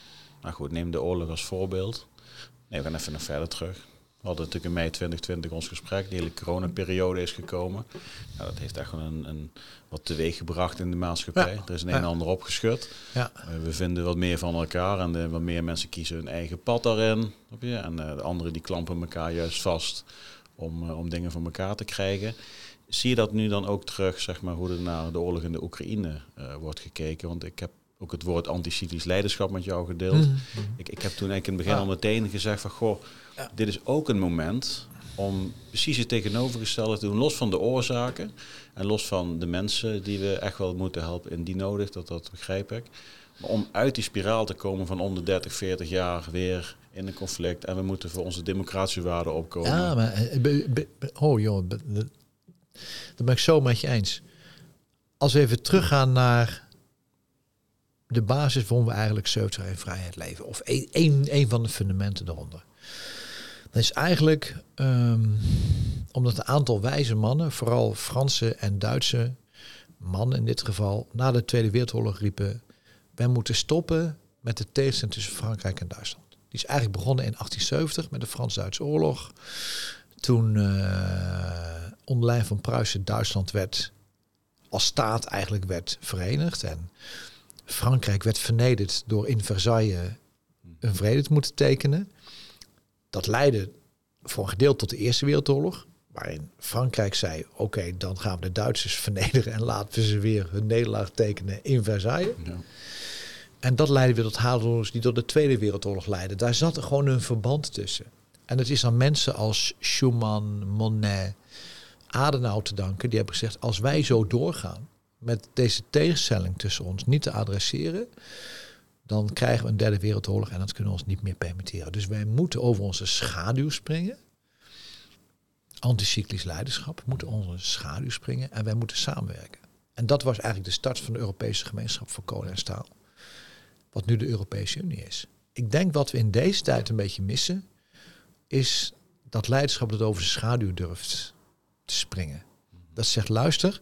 Nou goed, neem de oorlog als voorbeeld. Nee, we gaan even nog verder terug. We hadden natuurlijk in mei 2020 ons gesprek. De hele coronaperiode is gekomen. Nou, dat heeft echt wel een wat teweeg gebracht in de maatschappij. Ja. Er is een en ander opgeschud. Ja. We vinden wat meer van elkaar. En wat meer mensen kiezen hun eigen pad daarin. En de anderen die klampen elkaar juist vast om dingen van elkaar te krijgen. Zie je dat nu dan ook terug, zeg maar, hoe er naar de oorlog in de Oekraïne wordt gekeken? Want ik heb ook het woord anticyclisch leiderschap met jou gedeeld. Mm-hmm. Ik heb toen eigenlijk in het begin al meteen gezegd van, goh, dit is ook een moment om precies het tegenovergestelde te doen, los van de oorzaken en los van de mensen die we echt wel moeten helpen in die nodig, dat begrijp ik. Maar om uit die spiraal te komen van om de 30, 40 jaar weer in een conflict en we moeten voor onze democratische waarden opkomen. Ja, maar joh, dat ben ik zo met je eens. Als we even teruggaan naar de basis waarom we eigenlijk 70 jaar in vrijheid leven. Of een van de fundamenten daaronder. Dat is eigenlijk omdat een aantal wijze mannen, vooral Franse en Duitse mannen in dit geval, na de Tweede Wereldoorlog riepen, wij moeten stoppen met de tegenstelling tussen Frankrijk en Duitsland. Die is eigenlijk begonnen in 1870 met de Frans-Duitse oorlog. Toen onder leiding van Pruisen Duitsland werd als staat eigenlijk werd verenigd. En Frankrijk werd vernederd door in Versailles een vrede te moeten tekenen. Dat leidde voor een gedeelte tot de Eerste Wereldoorlog. Waarin Frankrijk zei, oké, dan gaan we de Duitsers vernederen en laten we ze weer hun nederlaag tekenen in Versailles. Ja. En dat leidde weer tot haaloorlogs die tot de Tweede Wereldoorlog leidden. Daar zat er gewoon een verband tussen. En het is aan mensen als Schuman, Monet, Adenauer te danken. Die hebben gezegd, als wij zo doorgaan met deze tegenstelling tussen ons niet te adresseren, dan krijgen we een derde wereldoorlog en dat kunnen we ons niet meer permitteren. Dus wij moeten over onze schaduw springen. Anticyclisch leiderschap, we moeten onze schaduw springen en wij moeten samenwerken. En dat was eigenlijk de start van de Europese gemeenschap voor kolen en staal. Wat nu de Europese Unie is. Ik denk wat we in deze tijd een beetje missen, is dat leiderschap dat over de schaduw durft te springen. Dat zegt, luister.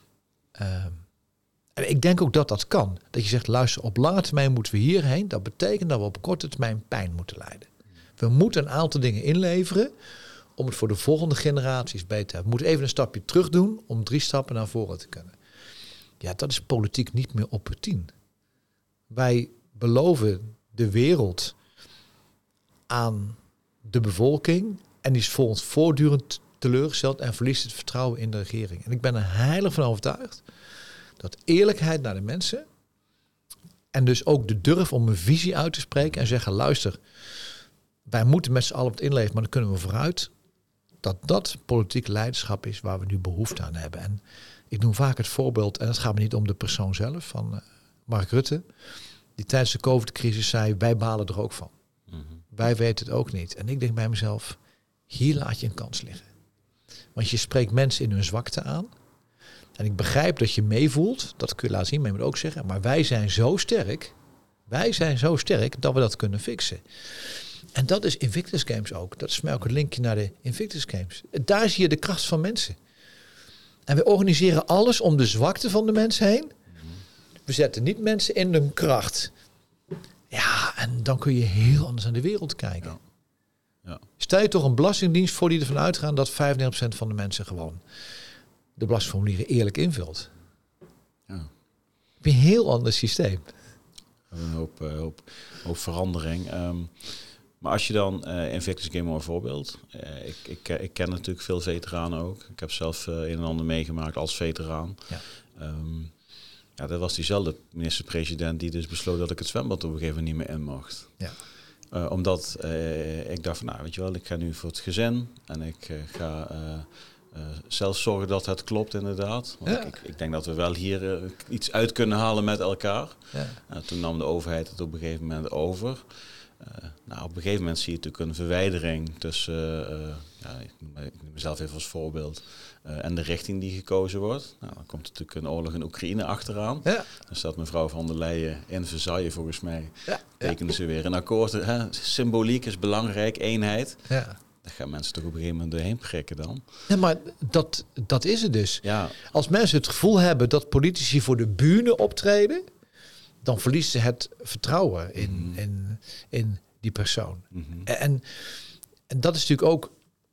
En ik denk ook dat dat kan. Dat je zegt, luister, op lange termijn moeten we hierheen. Dat betekent dat we op korte termijn pijn moeten lijden. We moeten een aantal dingen inleveren om het voor de volgende generaties beter te hebben. We moeten even een stapje terug doen om 3 stappen naar voren te kunnen. Ja, dat is politiek niet meer opportun. Wij beloven de wereld aan de bevolking en die is volgens voortdurend teleurgesteld en verliest het vertrouwen in de regering. En ik ben er heilig van overtuigd dat eerlijkheid naar de mensen en dus ook de durf om een visie uit te spreken en zeggen, luister, wij moeten met z'n allen het inleveren, maar dan kunnen we vooruit, dat politiek leiderschap is waar we nu behoefte aan hebben. En ik noem vaak het voorbeeld, en het gaat me niet om de persoon zelf, van Mark Rutte, die tijdens de COVID-crisis zei, wij balen er ook van. Mm-hmm. Wij weten het ook niet. En ik denk bij mezelf, hier laat je een kans liggen. Want je spreekt mensen in hun zwakte aan. En ik begrijp dat je meevoelt, dat kun je laten zien, maar je moet ook zeggen, maar wij zijn zo sterk dat we dat kunnen fixen. En dat is Invictus Games ook. Dat is voor mij ook het linkje naar de Invictus Games. Daar zie je de kracht van mensen. En we organiseren alles om de zwakte van de mensen heen. We zetten niet mensen in hun kracht. Ja, en dan kun je heel anders naar de wereld kijken. Ja. Ja. Stel je toch een belastingdienst voor die ervan uitgaan dat 95% van de mensen gewoon de belastingformulieren eerlijk invult. Ja. Een heel ander systeem. Een hoop verandering. Maar als je dan Invictus Games een voorbeeld. Ik ken natuurlijk veel veteranen ook. Ik heb zelf een en ander meegemaakt als veteraan. Ja. Ja, dat was diezelfde minister-president die dus besloot dat ik het zwembad op een gegeven moment niet meer in mocht. Ja. Omdat ik dacht van, nou weet je wel, ik ga nu voor het gezin en ik ga zelf zorgen dat het klopt inderdaad. Want ja. ik denk dat we wel hier iets uit kunnen halen met elkaar. Ja. Toen nam de overheid het op een gegeven moment over. Op een gegeven moment zie je natuurlijk een verwijdering tussen, ik noem mezelf even als voorbeeld, en de richting die gekozen wordt. Nou, dan komt natuurlijk een oorlog in Oekraïne achteraan. Ja. Dan staat mevrouw van der Leyen in Versailles volgens mij. Ja. Tekenen ze weer een akkoord. Symboliek is belangrijk, eenheid. Ja. Daar gaan mensen toch op een gegeven moment doorheen prikken dan. Ja, maar dat is het dus. Ja. Als mensen het gevoel hebben dat politici voor de bühne optreden, dan verliest ze het vertrouwen in die persoon. En dat is natuurlijk ook,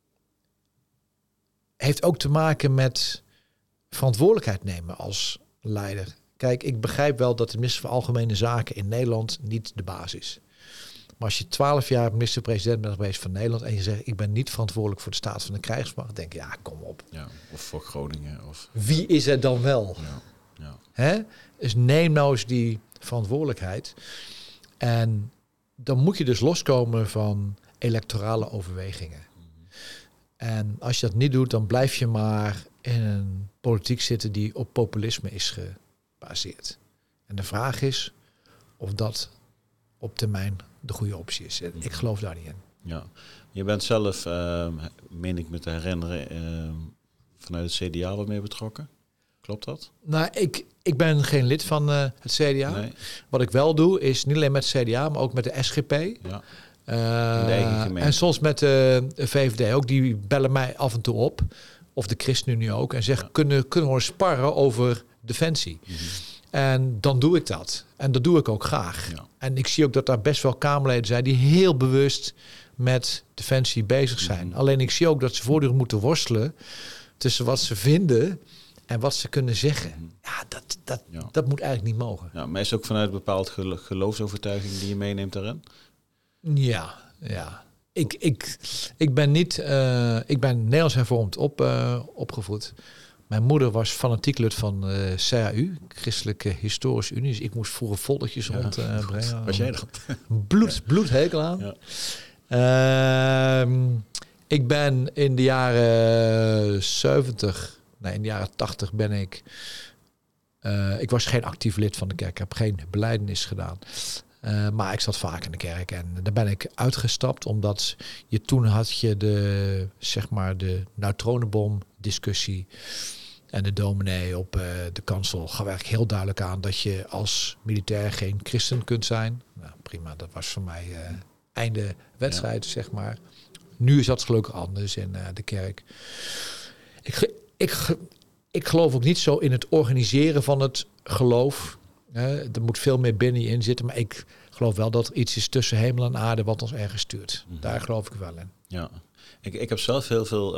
heeft ook te maken met verantwoordelijkheid nemen als leider. Kijk, ik begrijp wel dat de minister van Algemene Zaken in Nederland niet de baas is. Maar als je 12 jaar minister-president bent geweest van Nederland en je zegt, ik ben niet verantwoordelijk voor de staat van de krijgsmacht, denk je, ja, kom op. Ja, of voor Groningen. Of... Wie is er dan wel? Ja. Hè? Dus neem nou eens die verantwoordelijkheid. En dan moet je dus loskomen van electorale overwegingen. En als je dat niet doet, dan blijf je maar in een politiek zitten die op populisme is gebaseerd. En de vraag is of dat op termijn de goede optie is. Ik geloof daar niet in. Ja, je bent zelf, meen ik me te herinneren, vanuit het CDA wat mee betrokken. Klopt dat? Nou, ik ben geen lid van het CDA. Nee. Wat ik wel doe, is niet alleen met het CDA, maar ook met de SGP. Ja. En soms met de VVD ook. Die bellen mij af en toe op. Of de ChristenUnie ook. En zeggen, kunnen we sparren over defensie? En dan doe ik dat. En dat doe ik ook graag. Ja. En ik zie ook dat daar best wel Kamerleden zijn die heel bewust met defensie bezig zijn. Alleen ik zie ook dat ze voortdurend moeten worstelen tussen wat ze vinden en wat ze kunnen zeggen. Ja, dat moet eigenlijk niet mogen. Ja, maar is het ook vanuit een bepaald geloofsovertuiging die je meeneemt daarin? Ja. Ik ben niet. Ik ben Nederlands hervormd opgevoed. Mijn moeder was fanatiek lid van CHU, Christelijke Historische Unie. Dus ik moest vroeger foldertjes rondbrengen. Was jij dat? Bloedhekel aan. Ja. Ik ben in de jaren 70, in de jaren 80 ben ik... ik was geen actief lid van de kerk. Ik heb geen belijdenis gedaan. Maar ik zat vaak in de kerk en daar ben ik uitgestapt, omdat toen had je de neutronenbom discussie en de dominee op de kansel gaf eigenlijk heel duidelijk aan dat je als militair geen christen kunt zijn. Nou, prima, dat was voor mij einde wedstrijd, zeg maar. Nu is dat gelukkig anders in de kerk. Ik geloof ook niet zo in het organiseren van het geloof. Er moet veel meer binnen je in zitten. Maar ik geloof wel dat er iets is tussen hemel en aarde wat ons ergens stuurt. Daar geloof ik wel in. Ja, ik heb zelf heel veel...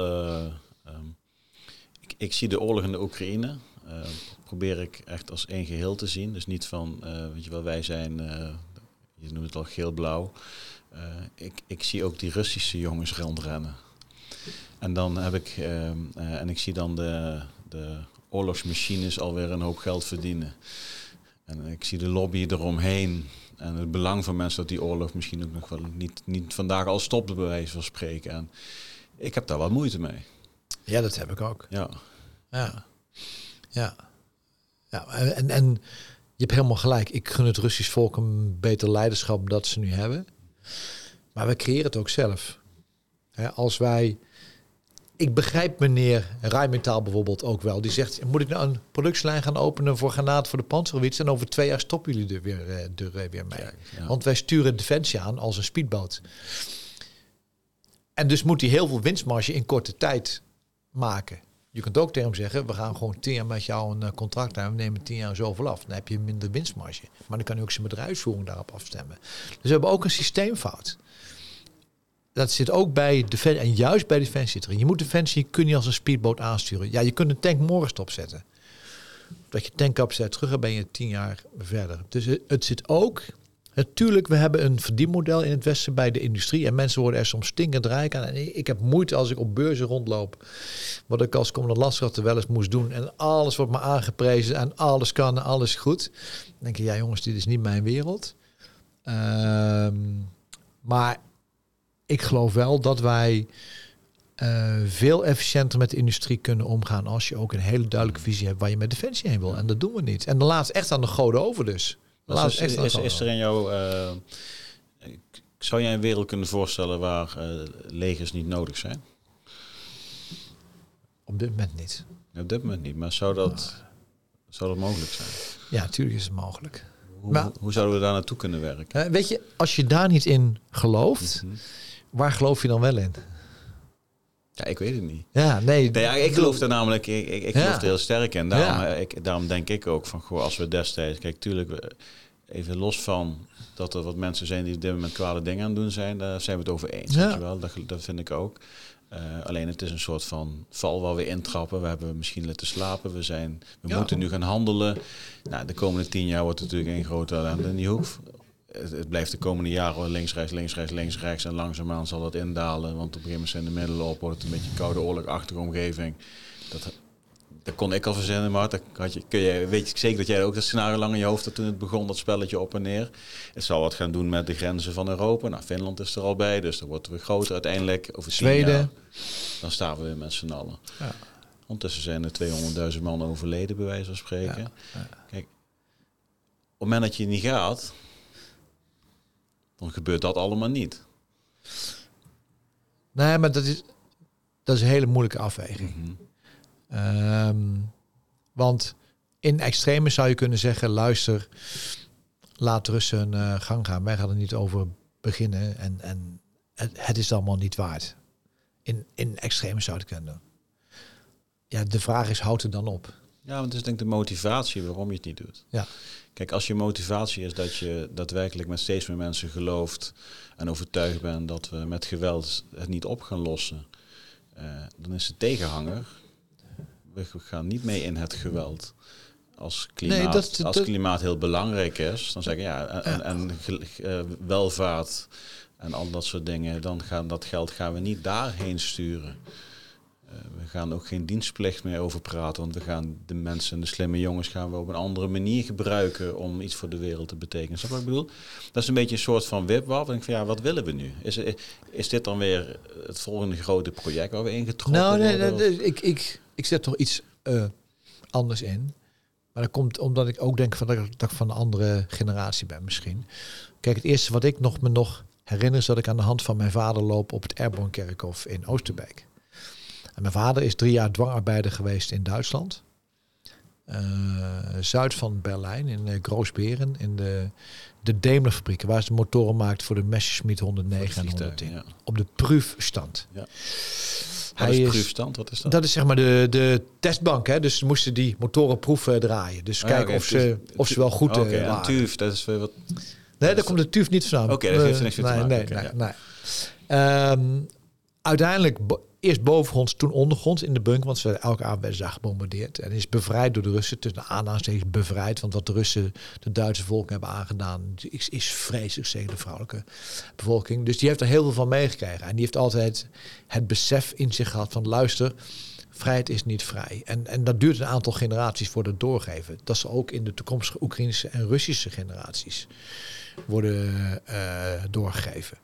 Ik zie de oorlog in de Oekraïne. Probeer ik echt als één geheel te zien. Dus niet van, weet je wel, wij zijn... je noemt het al geel-blauw. Ik zie ook die Russische jongens rondrennen. En dan heb ik... en ik zie dan de oorlogsmachines alweer een hoop geld verdienen. En ik zie de lobby eromheen. En het belang van mensen dat die oorlog misschien ook nog wel niet vandaag al stopt, bij wijze van spreken. En ik heb daar wat moeite mee. Ja, dat heb ik ook. Ja. En je hebt helemaal gelijk. Ik gun het Russisch volk een beter leiderschap dat ze nu hebben. Maar we creëren het ook zelf. Als wij... Ik begrijp meneer Rijmentaal bijvoorbeeld ook wel. Die zegt, moet ik nou een productielijn gaan openen voor granaat voor de Panzerwitz en over 2 jaar stoppen jullie er weer mee. Ja. Want wij sturen Defensie aan als een speedboot. En dus moet hij heel veel winstmarge in korte tijd maken. Je kunt ook tegen hem zeggen, we gaan gewoon 10 jaar met jou een contract aan. We nemen 10 jaar zoveel af. Dan heb je minder winstmarge. Maar dan kan hij ook zijn bedrijfsvoering daarop afstemmen. Dus we hebben ook een systeemfout. Dat zit ook bij Defensie, en juist bij Defensie erin. Je moet Defensie, kun je als een speedboot aansturen. Ja, je kunt een tank morgen stopzetten. Dat je tankcapaciteit terug hebt, ben je 10 jaar verder. Dus het zit ook... Natuurlijk, we hebben een verdienmodel in het Westen bij de industrie. En mensen worden er soms stinkend rijk aan. En ik heb moeite als ik op beurzen rondloop. Wat ik als commandant landschachten wel eens moest doen. En alles wordt me aangeprezen. En alles kan en alles goed. Dan denk je, ja jongens, dit is niet mijn wereld. Maar... Ik geloof wel dat wij veel efficiënter met de industrie kunnen omgaan als je ook een hele duidelijke visie hebt waar je met Defensie heen wil. En dat doen we niet. En dan laat het echt aan de goden over dus. Is er in jou... zou jij een wereld kunnen voorstellen waar legers niet nodig zijn? Op dit moment niet. Op dit moment niet, maar zou dat mogelijk zijn? Ja, natuurlijk is het mogelijk. Hoe zouden we daar naartoe kunnen werken? Weet je, als je daar niet in gelooft... Waar geloof je dan wel in? Ja, ik weet het niet. Ja, nee. Ik geloof er namelijk, ik geloof er heel sterk in. Daarom denk ik ook van, goh, als we destijds, kijk, tuurlijk, even los van dat er wat mensen zijn die op dit moment kwade dingen aan het doen zijn, daar zijn we het over eens. Weet je wel? Dat vind ik ook. Alleen het is een soort van val waar we intrappen. We hebben misschien te slapen. We moeten nu gaan handelen. Nou, de komende 10 jaar wordt het natuurlijk één grote ellende in die hoek. Het blijft de komende jaren links, rechts. En langzaamaan zal dat indalen. Want op een gegeven moment zijn de middelen op. Wordt het een beetje koude oorlogachtige omgeving. Dat kon ik al verzinnen, maar weet je zeker dat jij ook dat scenario lang in je hoofd had toen het begon, dat spelletje op en neer. Het zal wat gaan doen met de grenzen van Europa. Nou, Finland is er al bij, dus dat wordt weer groter uiteindelijk. Over Zweden. Dan staan we weer met z'n allen. Ja. Ondertussen zijn er 200.000 man overleden, bij wijze van spreken. Ja. Kijk, op het moment dat je niet gaat, dan gebeurt dat allemaal niet. Nee, maar dat is een hele moeilijke afweging. Mm-hmm. Want in extreme zou je kunnen zeggen, luister, laat de Russen hun gang gaan. Wij gaan er niet over beginnen en het is allemaal niet waard. In extreme zou je het kunnen doen. Ja, de vraag is, houdt het dan op? Ja, want het is denk ik de motivatie waarom je het niet doet. Ja. Kijk, als je motivatie is dat je daadwerkelijk met steeds meer mensen gelooft en overtuigd bent dat we met geweld het niet op gaan lossen, dan is de tegenhanger, we gaan niet mee in het geweld. Als klimaat heel belangrijk is, dan zeg ik en welvaart en al dat soort dingen, dat geld gaan we niet daarheen sturen. We gaan ook geen dienstplicht meer over praten, want we gaan de mensen, de slimme jongens, gaan we op een andere manier gebruiken om iets voor de wereld te betekenen. Snap je wat ik bedoel? Dat is een beetje een soort van wipwap. En ik van wat willen we nu? Is dit dan weer het volgende grote project waar we ingetrokken worden? Nee, ik zet toch iets anders in. Maar dat komt omdat ik ook denk dat ik van een andere generatie ben misschien. Kijk, het eerste wat ik me nog herinner is dat ik aan de hand van mijn vader loop op het Airborne Kerkhof in Oosterbeek. En mijn vader is 3 jaar dwangarbeider geweest in Duitsland. Zuid van Berlijn, in Groosberen, in de Daimler-fabrieken, waar ze de motoren maakt voor de Messerschmitt 109 en 110. Ja. Op de proefstand. Ja. Wat is proefstand? Wat is dat? Dat is zeg maar de testbank. Hè? Dus ze moesten die motoren proeven draaien. Dus kijken of ze wel goed waren. TÜV, dat is weer wat... Nee, daar komt de TÜV niet van. Oké, dat heeft er niks mee te maken. Nee. Uiteindelijk eerst bovengronds, toen ondergronds in de bunker, want ze elke avond werden ze gebombardeerd. En is bevrijd door de Russen, tussen de aanhalingstekens bevrijd, want wat de Russen de Duitse volk hebben aangedaan is vreselijk, zeker de vrouwelijke bevolking. Dus die heeft er heel veel van meegekregen. En die heeft altijd het besef in zich gehad van luister, vrijheid is niet vrij. En dat duurt een aantal generaties voor dat doorgeven. Dat ze ook in de toekomstige Oekraïnse en Russische generaties worden doorgegeven.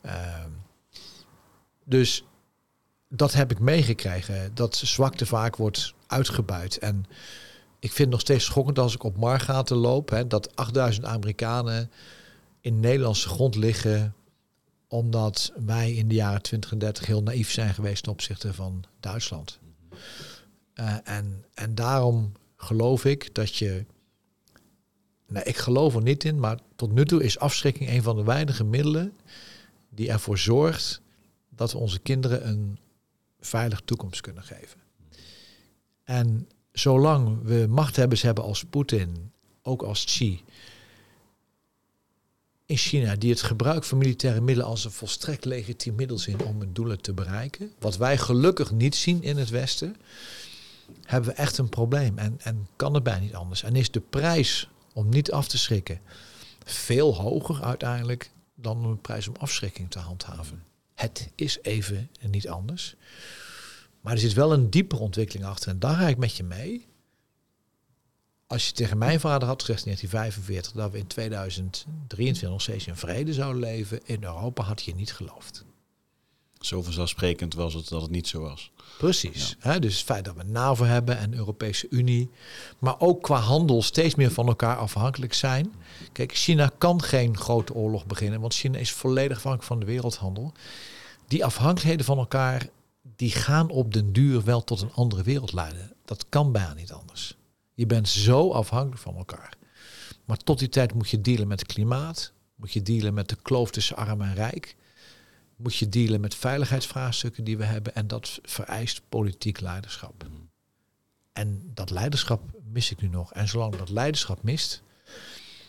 Dus dat heb ik meegekregen. Dat zwakte vaak wordt uitgebuit. En ik vind het nog steeds schokkend als ik op Margaten loop, hè, dat 8000 Amerikanen in Nederlandse grond liggen, omdat wij in de jaren 20 en 30 heel naïef zijn geweest ten opzichte van Duitsland. En daarom geloof ik dat je... Nou, ik geloof er niet in, maar tot nu toe is afschrikking een van de weinige middelen die ervoor zorgt dat we onze kinderen een veilige toekomst kunnen geven. En zolang we machthebbers hebben als Poetin, ook als Xi, in China, die het gebruik van militaire middelen als een volstrekt legitiem middel zien om hun doelen te bereiken, wat wij gelukkig niet zien in het Westen, hebben we echt een probleem. En kan het bijna niet anders. En is de prijs om niet af te schrikken veel hoger uiteindelijk dan een prijs om afschrikking te handhaven. Het is even niet anders. Maar er zit wel een diepere ontwikkeling achter. En daar ga ik met je mee. Als je tegen mijn vader had gezegd in 1945... dat we in 2023 nog steeds in vrede zouden leven in Europa, had je niet geloofd. Zo vanzelfsprekend was het dat het niet zo was. Precies. Ja. Dus het feit dat we NAVO hebben en de Europese Unie, maar ook qua handel steeds meer van elkaar afhankelijk zijn. Kijk, China kan geen grote oorlog beginnen, want China is volledig afhankelijk van de wereldhandel. Die afhankelijkheden van elkaar, die gaan op den duur wel tot een andere wereld leiden. Dat kan bijna niet anders. Je bent zo afhankelijk van elkaar. Maar tot die tijd moet je dealen met het klimaat, moet je dealen met de kloof tussen arm en rijk, moet je dealen met veiligheidsvraagstukken die we hebben. En dat vereist politiek leiderschap. En dat leiderschap mis ik nu nog. En zolang dat leiderschap mist,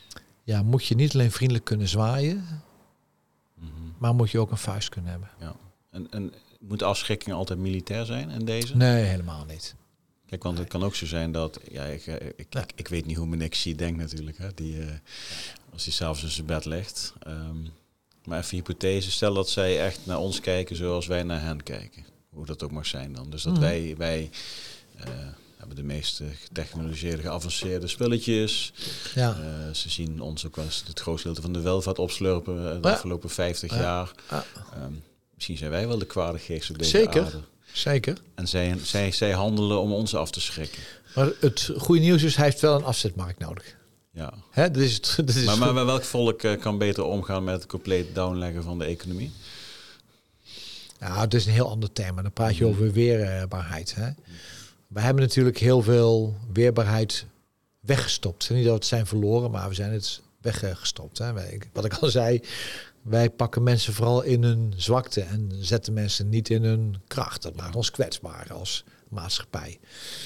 moet je niet alleen vriendelijk kunnen zwaaien, maar moet je ook een vuist kunnen hebben. Ja. En moet de afschrikking altijd militair zijn in deze? Nee, helemaal niet. Kijk, want het kan ook zo zijn dat... Ik weet niet hoe meneer Xi denkt natuurlijk. Hè, als hij s'avonds in zijn bed ligt. Maar even hypothese. Stel dat zij echt naar ons kijken zoals wij naar hen kijken. Hoe dat ook mag zijn dan. Dus dat wij hebben de meest getechnologiseerde, geavanceerde spulletjes. Ja. Ze zien ons ook wel eens het grootste deel van de welvaart opslurpen de afgelopen 50 jaar. Misschien zijn wij wel de kwade geest op deze aarde. Zeker. En zij handelen om ons af te schrikken. Maar het goede nieuws is, hij heeft wel een afzetmarkt nodig. Ja. Hè, dat is maar welk volk kan beter omgaan met het compleet downleggen van de economie? Nou, het is een heel ander thema. Dan praat je over weerbaarheid. Hè? We hebben natuurlijk heel veel weerbaarheid weggestopt. Niet dat we het zijn verloren, maar we zijn het weggestopt. Hè? Wat ik al zei, wij pakken mensen vooral in hun zwakte en zetten mensen niet in hun kracht. Dat maakt ons kwetsbaar als maatschappij.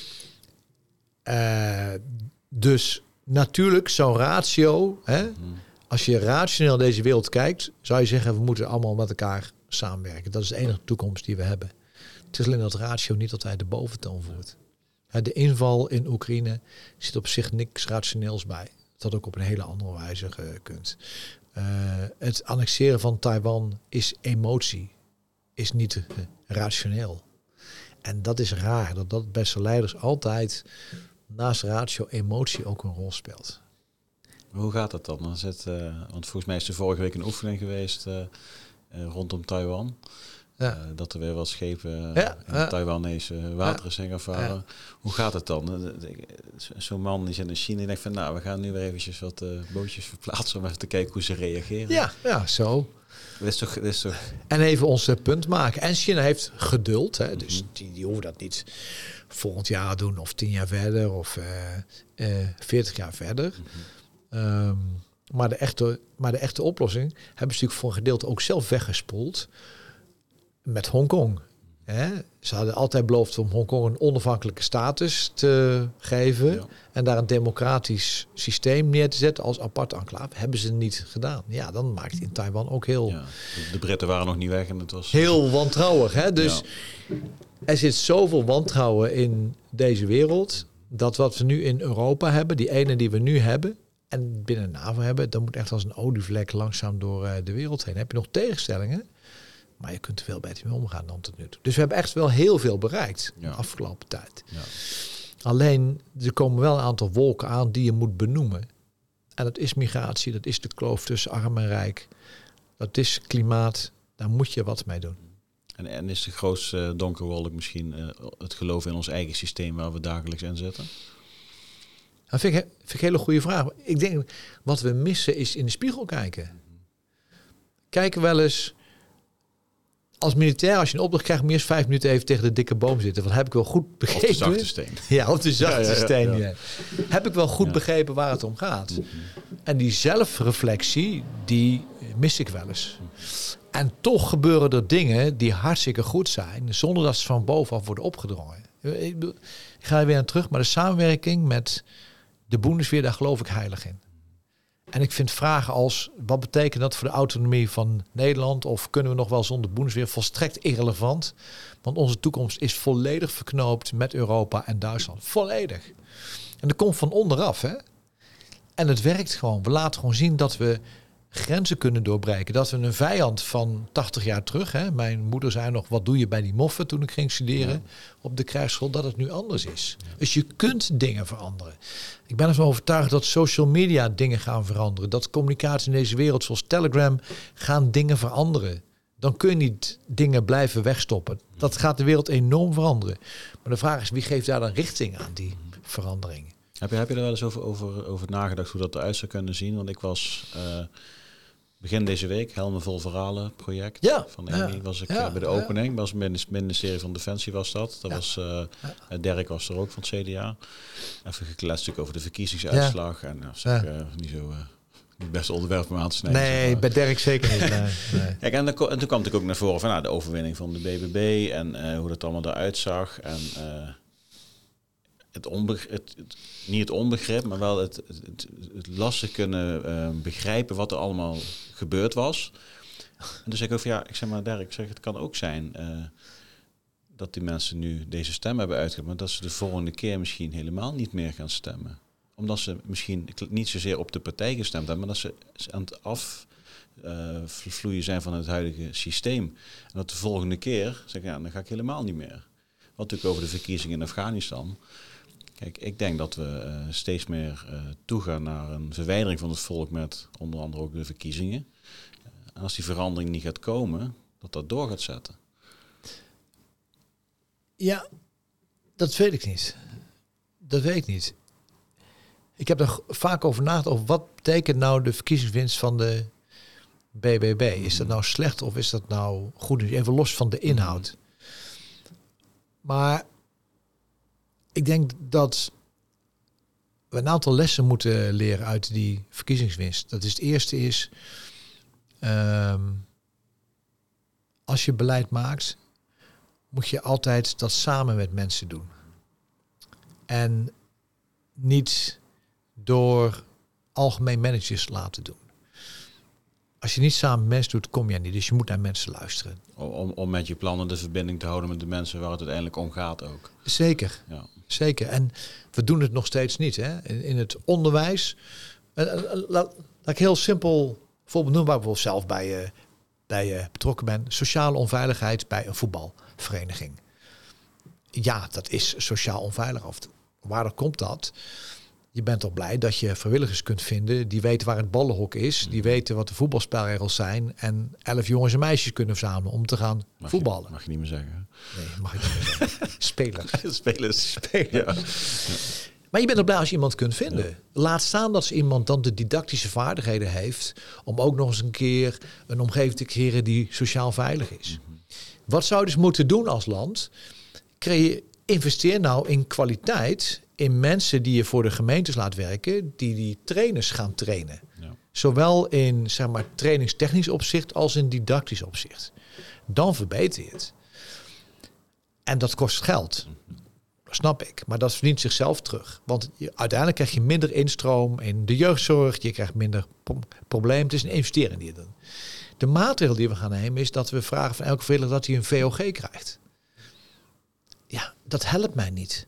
Dus natuurlijk, zo'n ratio, hè, als je rationeel deze wereld kijkt, zou je zeggen, we moeten allemaal met elkaar samenwerken. Dat is de enige toekomst die we hebben. Het is alleen dat ratio niet altijd de boventoon voert. De inval in Oekraïne zit op zich niks rationeels bij. Dat had ook op een hele andere wijze gekund. Het annexeren van Taiwan is emotie, is niet rationeel. En dat is raar, dat beste leiders altijd naast ratio emotie ook een rol speelt. Hoe gaat dat dan? Want volgens mij is er vorige week een oefening geweest rondom Taiwan. Ja. Dat er weer wat schepen in Taiwanese wateren zijn gaan varen. Ja. Hoe gaat het dan? Zo'n man die zit in China en denkt van, we gaan nu weer eventjes wat bootjes verplaatsen om even te kijken hoe ze reageren. Ja, zo. Dat is toch... En even ons punt maken. En China heeft geduld. Hè? Dus die hoeven dat niet volgend jaar doen of 10 jaar verder of 40 jaar verder. Maar de echte oplossing hebben ze natuurlijk voor een gedeelte ook zelf weggespoeld met Hongkong. Ze hadden altijd beloofd om Hongkong een onafhankelijke status te geven en daar een democratisch systeem neer te zetten als aparte enclave. Hebben ze niet gedaan. Ja, dan maakt het in Taiwan ook heel... Ja, de Britten waren nog niet weg en het was... Heel wantrouwig. Hè? Dus er zit zoveel wantrouwen in deze wereld dat wat we nu in Europa hebben, die ene die we nu hebben en binnen NAVO hebben, dat moet echt als een olievlek langzaam door de wereld heen. Dan heb je nog tegenstellingen, maar je kunt er veel beter mee omgaan dan tot nu toe. Dus we hebben echt wel heel veel bereikt de afgelopen tijd. Ja. Alleen, er komen wel een aantal wolken aan die je moet benoemen. En dat is migratie, dat is de kloof tussen arm en rijk. Dat is klimaat, daar moet je wat mee doen. En is de grootste donkere wolk misschien het geloof in ons eigen systeem waar we dagelijks in zitten? Dat vind ik een hele goede vraag. Ik denk, wat we missen is in de spiegel kijken. Kijken wel eens... Als militair, als je een opdracht krijgt, moet je eerst 5 minuten even tegen de dikke boom zitten. Want heb ik wel goed begrepen... Op de zachte steen. Ja, op de zachte steen. Ja. Heb ik wel goed begrepen waar het om gaat. En die zelfreflectie, die mis ik wel eens. En toch gebeuren er dingen die hartstikke goed zijn, zonder dat ze van bovenaf worden opgedrongen. Ik ga er weer aan terug, maar de samenwerking met de Bundesweer, daar geloof ik heilig in. En ik vind vragen als, wat betekent dat voor de autonomie van Nederland? Of kunnen we nog wel zonder Bundesweer? Volstrekt irrelevant. Want onze toekomst is volledig verknoopt met Europa en Duitsland. Volledig. En dat komt van onderaf. Hè? En het werkt gewoon. We laten gewoon zien dat we grenzen kunnen doorbreken. Dat we een vijand van 80 jaar terug... Hè? Mijn moeder zei nog, wat doe je bij die moffen toen ik ging studeren op de krijgsschool? Dat het nu anders is. Dus je kunt dingen veranderen. Ik ben ervan overtuigd dat social media dingen gaan veranderen. Dat communicatie in deze wereld zoals Telegram gaan dingen veranderen. Dan kun je niet dingen blijven wegstoppen. Dat gaat de wereld enorm veranderen. Maar de vraag is, wie geeft daar dan richting aan die verandering? Heb je er wel eens over nagedacht hoe dat eruit zou kunnen zien? Want ik was begin deze week, Helmen Vol Verhalen project van Amy, was ik bij de opening. Was binnen het ministerie van Defensie was dat. Was Dirk was er ook van het CDA. Even gekletst over de verkiezingsuitslag. En niet zo... niet best onderwerp om aan te snijden. Nee, bij Dirk zeker niet. Nee. Kijk, en toen kwam natuurlijk ook naar voren van de overwinning van de BBB en hoe dat allemaal eruit zag. En niet het onbegrip, maar wel het lastig kunnen begrijpen wat er allemaal gebeurd was. En toen zei ik ook van Dirk, het kan ook zijn dat die mensen nu deze stem hebben uitgegeven, maar dat ze de volgende keer misschien helemaal niet meer gaan stemmen. Omdat ze misschien niet zozeer op de partij gestemd hebben, maar dat ze aan het afvloeien zijn van het huidige systeem. En dat de volgende keer dan ga ik helemaal niet meer. Wat natuurlijk over de verkiezingen in Afghanistan. Kijk, ik denk dat we steeds meer toegaan naar een verwijdering van het volk met onder andere ook de verkiezingen. En als die verandering niet gaat komen, dat door gaat zetten. Ja, dat weet ik niet. Dat weet ik niet. Ik heb er vaak over nagedacht over wat betekent nou de verkiezingswinst van de BBB. Is dat nou slecht of is dat nou goed? Even los van de inhoud. Maar ik denk dat we een aantal lessen moeten leren uit die verkiezingswinst. Dat is het eerste is, als je beleid maakt, moet je altijd dat samen met mensen doen. En niet door algemeen managers laten doen. Als je niet samen met mensen doet, kom je niet. Dus je moet naar mensen luisteren. Om met je plannen de verbinding te houden met de mensen waar het uiteindelijk om gaat ook. Zeker, ja. Zeker. En we doen het nog steeds niet. Hè? In het onderwijs. Laat ik heel simpel voorbeeld noemen waar ik bijvoorbeeld zelf bij betrokken ben. Sociale onveiligheid bij een voetbalvereniging. Ja, dat is sociaal onveilig. Waar komt dat? Je bent toch blij dat je vrijwilligers kunt vinden die weten waar het ballenhok is, die weten wat de voetbalspelregels zijn en 11 jongens en meisjes kunnen verzamelen om te gaan voetballen. Mag je niet meer zeggen. Nee, mag ik niet meer zeggen. Spelers. Ja. Maar je bent er blij als je iemand kunt vinden. Ja. Laat staan dat iemand dan de didactische vaardigheden heeft om ook nog eens een keer een omgeving te creëren die sociaal veilig is. Mm-hmm. Wat zou je dus moeten doen als land? Investeer nou in kwaliteit, in mensen die je voor de gemeentes laat werken, die trainers gaan trainen. Ja. Zowel in trainingstechnisch opzicht als in didactisch opzicht. Dan verbeter je het. En dat kost geld. Dat snap ik. Maar dat verdient zichzelf terug. Want uiteindelijk krijg je minder instroom in de jeugdzorg. Je krijgt minder problemen. Het is een investering die je doet. De maatregel die we gaan nemen is dat we vragen van elke vrijwilliger dat hij een VOG krijgt. Ja, dat helpt mij niet.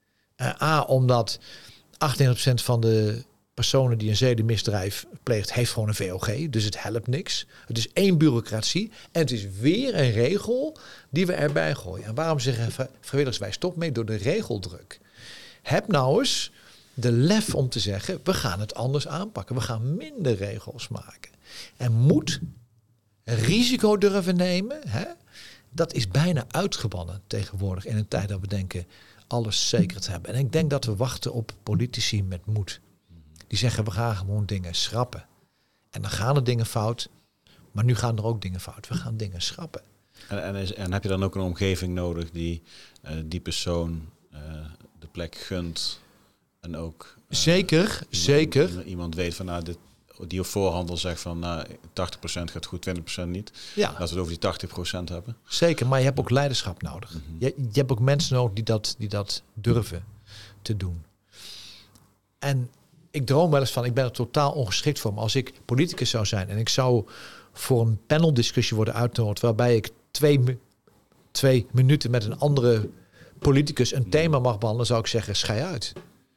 Omdat 98% van de personen die een zedenmisdrijf pleegt, heeft gewoon een VOG. Dus het helpt niks. Het is één bureaucratie. En het is weer een regel die we erbij gooien. En waarom zeggen vrijwilligers wij stop mee? Door de regeldruk. Heb nou eens de lef om te zeggen, we gaan het anders aanpakken. We gaan minder regels maken. En moet risico durven nemen. Hè? Dat is bijna uitgebannen tegenwoordig in een tijd dat we denken alles zeker te hebben. En ik denk dat we wachten op politici met moed. Die zeggen we gaan gewoon dingen schrappen. En dan gaan er dingen fout. Maar nu gaan er ook dingen fout. We gaan dingen schrappen. En heb je dan ook een omgeving nodig die die persoon de plek gunt en ook zeker. Iemand weet van die op voorhand al zegt van 80% gaat goed, 20% niet. Ja. Laten we het over die 80% hebben. Zeker, maar je hebt ook leiderschap nodig. Mm-hmm. Je hebt ook mensen nodig die dat durven te doen. En ik droom wel eens van, ik ben er totaal ongeschikt voor. Maar als ik politicus zou zijn en ik zou voor een paneldiscussie worden uitgenodigd waarbij ik 2 minuten met een andere politicus een thema mag behandelen, zou ik zeggen, schei uit.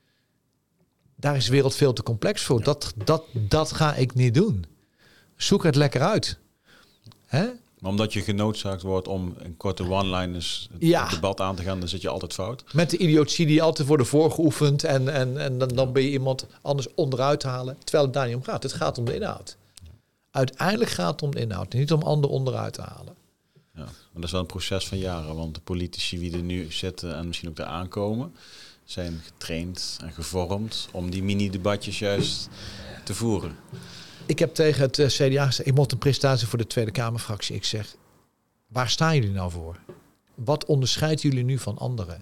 Daar is de wereld veel te complex voor. Ja. Dat ga ik niet doen. Zoek het lekker uit. Hè? Maar omdat je genoodzaakt wordt om een korte one-liners het debat aan te gaan, dan zit je altijd fout. Met de idiotie die altijd worden voorgeoefend en dan ben je iemand anders onderuit halen. Terwijl het daar niet om gaat. Het gaat om de inhoud. Uiteindelijk gaat het om de inhoud. Niet om anderen onderuit te halen. Ja, maar dat is wel een proces van jaren. Want de politici die er nu zitten en misschien ook eraan komen, zijn getraind en gevormd om die mini-debatjes juist te voeren. Ik heb tegen het CDA gezegd, ik mocht een presentatie voor de Tweede Kamerfractie. Ik zeg, waar staan jullie nou voor? Wat onderscheidt jullie nu van anderen?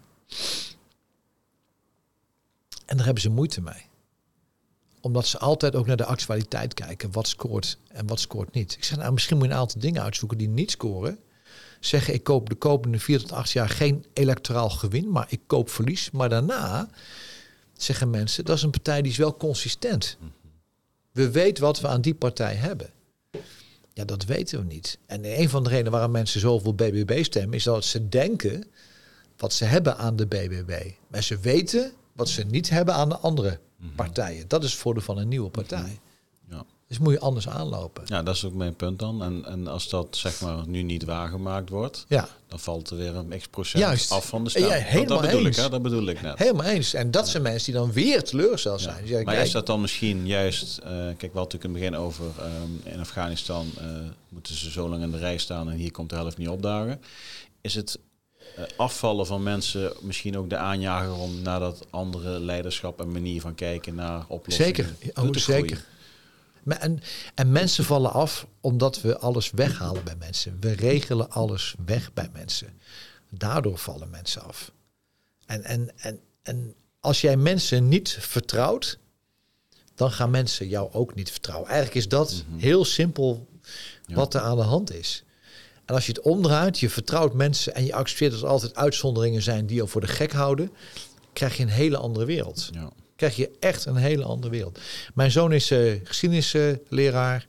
En daar hebben ze moeite mee. Omdat ze altijd ook naar de actualiteit kijken. Wat scoort en wat scoort niet. Ik zeg, nou, misschien moet je een aantal dingen uitzoeken die niet scoren. zeggen ik koop de komende 4 tot 8 jaar geen electoraal gewin, maar ik koop verlies. Maar daarna zeggen mensen, dat is een partij die is wel consistent. We weten wat we aan die partij hebben. Ja, dat weten we niet. En een van de redenen waarom mensen zoveel BBB stemmen, is dat ze denken wat ze hebben aan de BBB. Maar ze weten wat ze niet hebben aan de andere partijen. Dat is het voordeel van een nieuwe partij. Ja. Dus moet je anders aanlopen. Ja, dat is ook mijn punt dan. En als dat zeg maar nu niet waargemaakt wordt, dan valt er weer een x% af van de stem. Ja, dat bedoel ik, hè? Dat bedoel ik net. Helemaal eens. En dat zijn mensen die dan weer teleurgesteld zijn. Die zeggen, maar is dat dan misschien juist... kijk, we hadden natuurlijk in het begin over... in Afghanistan moeten ze zo lang in de rij staan en hier komt de helft niet opdagen. Is het afvallen van mensen misschien ook de aanjager om naar dat andere leiderschap en manier van kijken naar oplossingen? Zeker, zeker. En mensen vallen af omdat we alles weghalen bij mensen. We regelen alles weg bij mensen. Daardoor vallen mensen af. En als jij mensen niet vertrouwt, dan gaan mensen jou ook niet vertrouwen. Eigenlijk is dat heel simpel wat er aan de hand is. En als je het omdraait, je vertrouwt mensen en je accepteert dat er altijd uitzonderingen zijn die je voor de gek houden, krijg je een hele andere wereld. Ja. Krijg je echt een hele andere wereld. Mijn zoon is geschiedenisleraar.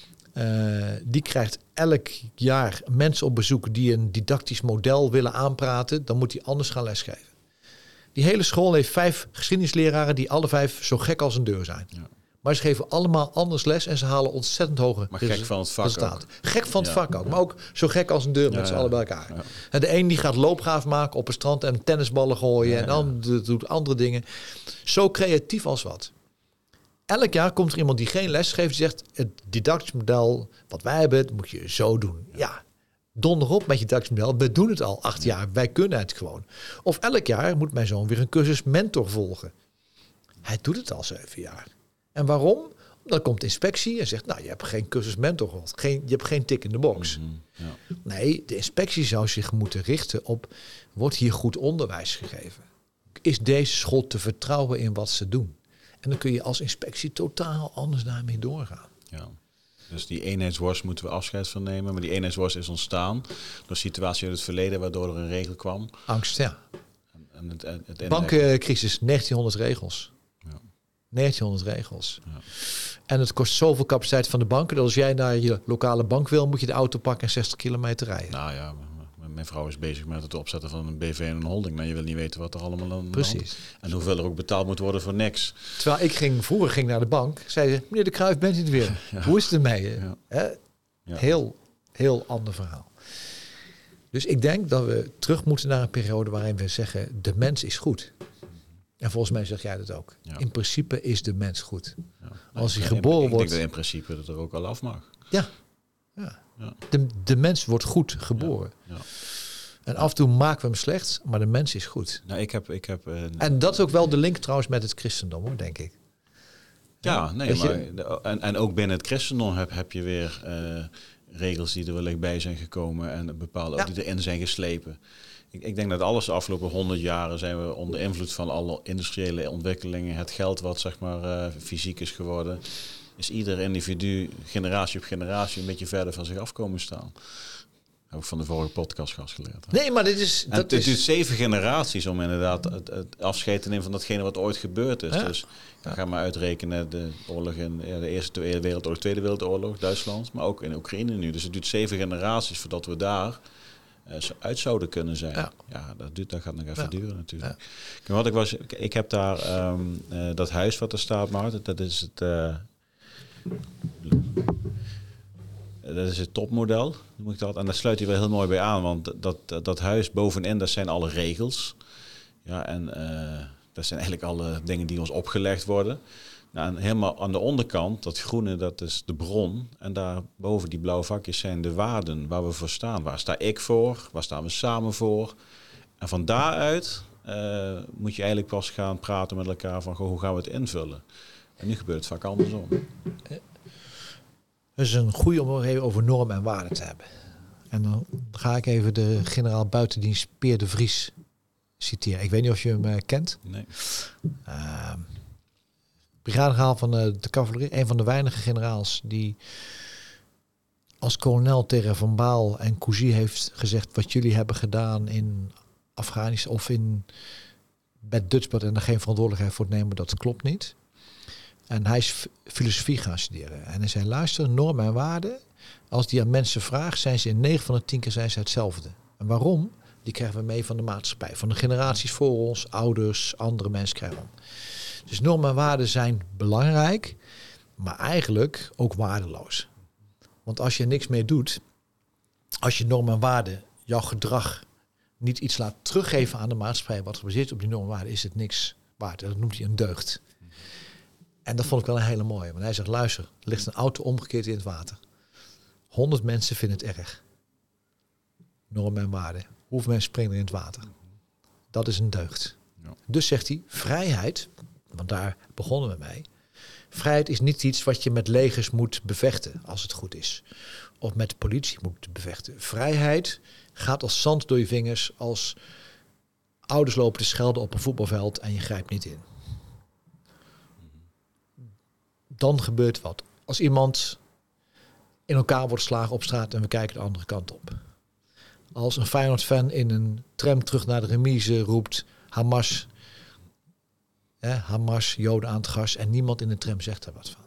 Die krijgt elk jaar mensen op bezoek die een didactisch model willen aanpraten. Dan moet hij anders gaan lesgeven. Die hele school heeft 5 geschiedenisleraren die alle 5 zo gek als een deur zijn. Ja. Maar ze geven allemaal anders les en ze halen ontzettend hoge resultaten. Maar gek van het vak ook. Gek van het vak ook, maar ook zo gek als een deur met z'n allen bij elkaar. Ja. En de een die gaat loopgraaf maken op het strand en tennisballen gooien en de ander doet andere dingen. Zo creatief als wat. Elk jaar komt er iemand die geen les geeft, die zegt het didactisch model wat wij hebben, dat moet je zo doen. Ja, donder op met je didactisch model. We doen het al 8 jaar, wij kunnen het gewoon. Of elk jaar moet mijn zoon weer een cursus mentor volgen. Hij doet het al 7 jaar. En waarom? Dan komt de inspectie en zegt, nou, je hebt geen cursus mentor gehad. Je hebt geen tik in de box. Ja. Nee, de inspectie zou zich moeten richten op, wordt hier goed onderwijs gegeven? Is deze school te vertrouwen in wat ze doen? En dan kun je als inspectie totaal anders daarmee doorgaan. Ja. Dus die eenheidsworst moeten we afscheid van nemen. Maar die eenheidsworst is ontstaan door een situatie uit het verleden waardoor er een regel kwam. Angst, ja. En het bankencrisis, 1900 regels. 1900 regels. Ja. En het kost zoveel capaciteit van de banken dat als jij naar je lokale bank wil, moet je de auto pakken en 60 kilometer rijden. Nou ja, mijn vrouw is bezig met het opzetten van een BV en een holding. Maar je wil niet weten wat er allemaal aan de hand is. En hoeveel er ook betaald moet worden voor niks. Terwijl ik vroeger ging naar de bank, zei ze, meneer de Cruijff, bent u het weer? Ja. Hoe is het ermee? Ja. Ja. Heel ander verhaal. Dus ik denk dat we terug moeten naar een periode waarin we zeggen, de mens is goed. En volgens mij zeg jij dat ook. Ja. In principe is de mens goed. Ja. Als hij geboren wordt... Ik denk dat in principe dat er ook al af mag. Ja. De mens wordt goed geboren. Ja. En af en toe maken we hem slecht, maar de mens is goed. Nou, ik heb en dat is ook wel de link trouwens met het christendom, hoor, denk ik. Ja, nee, maar en ook binnen het christendom heb je weer regels die er wellicht bij zijn gekomen en bepaalde ook die erin zijn geslepen. Ik denk dat alles de afgelopen 100 jaren zijn we onder invloed van alle industriële ontwikkelingen. Het geld wat zeg maar fysiek is geworden. Is ieder individu generatie op generatie een beetje verder van zich afkomen staan. Heb ik van de vorige podcast geleerd. Hè? Nee, maar dit is... Het duurt 7 generaties om inderdaad het afscheid te nemen van datgene wat ooit gebeurd is. Ja. Dus ga maar uitrekenen de oorlog in de Eerste Wereldoorlog, Tweede Wereldoorlog, Duitsland. Maar ook in Oekraïne nu. Dus het duurt 7 generaties voordat we daar... uit zouden kunnen zijn. Ja, dat gaat nog even duren natuurlijk. Ja. Ik heb daar dat huis wat er staat, Maarten. Dat is het topmodel, noem ik dat. En daar sluit hij wel heel mooi bij aan, want dat huis bovenin, dat zijn alle regels. Ja, en dat zijn eigenlijk alle dingen die ons opgelegd worden. Nou, en helemaal aan de onderkant, dat groene, dat is de bron. En daarboven die blauwe vakjes zijn de waarden waar we voor staan. Waar sta ik voor? Waar staan we samen voor? En van daaruit moet je eigenlijk pas gaan praten met elkaar van hoe gaan we het invullen. En nu gebeurt het vaak andersom. Het is een goede om even over normen en waarden te hebben. En dan ga ik even de generaal buitendienst Peer de Vries citeren. Ik weet niet of je hem kent. Nee. Brigadegeneraal van de cavalerie, een van de weinige generaals die als kolonel tegen Van Baal en Cousy heeft gezegd wat jullie hebben gedaan in Afghanistan of bij Dutchbed en er geen verantwoordelijkheid voor nemen, dat klopt niet. En hij is filosofie gaan studeren. En hij zei, luister, normen en waarden, als die aan mensen vraagt, zijn ze in 9 van de 10 keer zijn ze hetzelfde. En waarom? Die krijgen we mee van de maatschappij, van de generaties voor ons, ouders, andere mensen krijgen we. Dus normen en waarden zijn belangrijk, maar eigenlijk ook waardeloos. Want als je niks meer doet, als je normen en waarden, jouw gedrag niet iets laat teruggeven aan de maatschappij wat gebaseerd op die normen en waarden, is het niks waard. Dat noemt hij een deugd. En dat vond ik wel een hele mooie. Want hij zegt, luister, er ligt een auto omgekeerd in het water. 100 mensen vinden het erg. Normen en waarden. Hoeveel mensen springen er in het water? Dat is een deugd. Ja. Dus zegt hij, vrijheid, want daar begonnen we mee. Vrijheid is niet iets wat je met legers moet bevechten, als het goed is. Of met de politie moet bevechten. Vrijheid gaat als zand door je vingers, als ouders lopen te schelden op een voetbalveld en je grijpt niet in. Dan gebeurt wat. Als iemand in elkaar wordt geslagen op straat en we kijken de andere kant op. Als een Feyenoord-fan in een tram terug naar de remise roept Hamas, Hamas, Joden aan het gas en niemand in de tram zegt er wat van.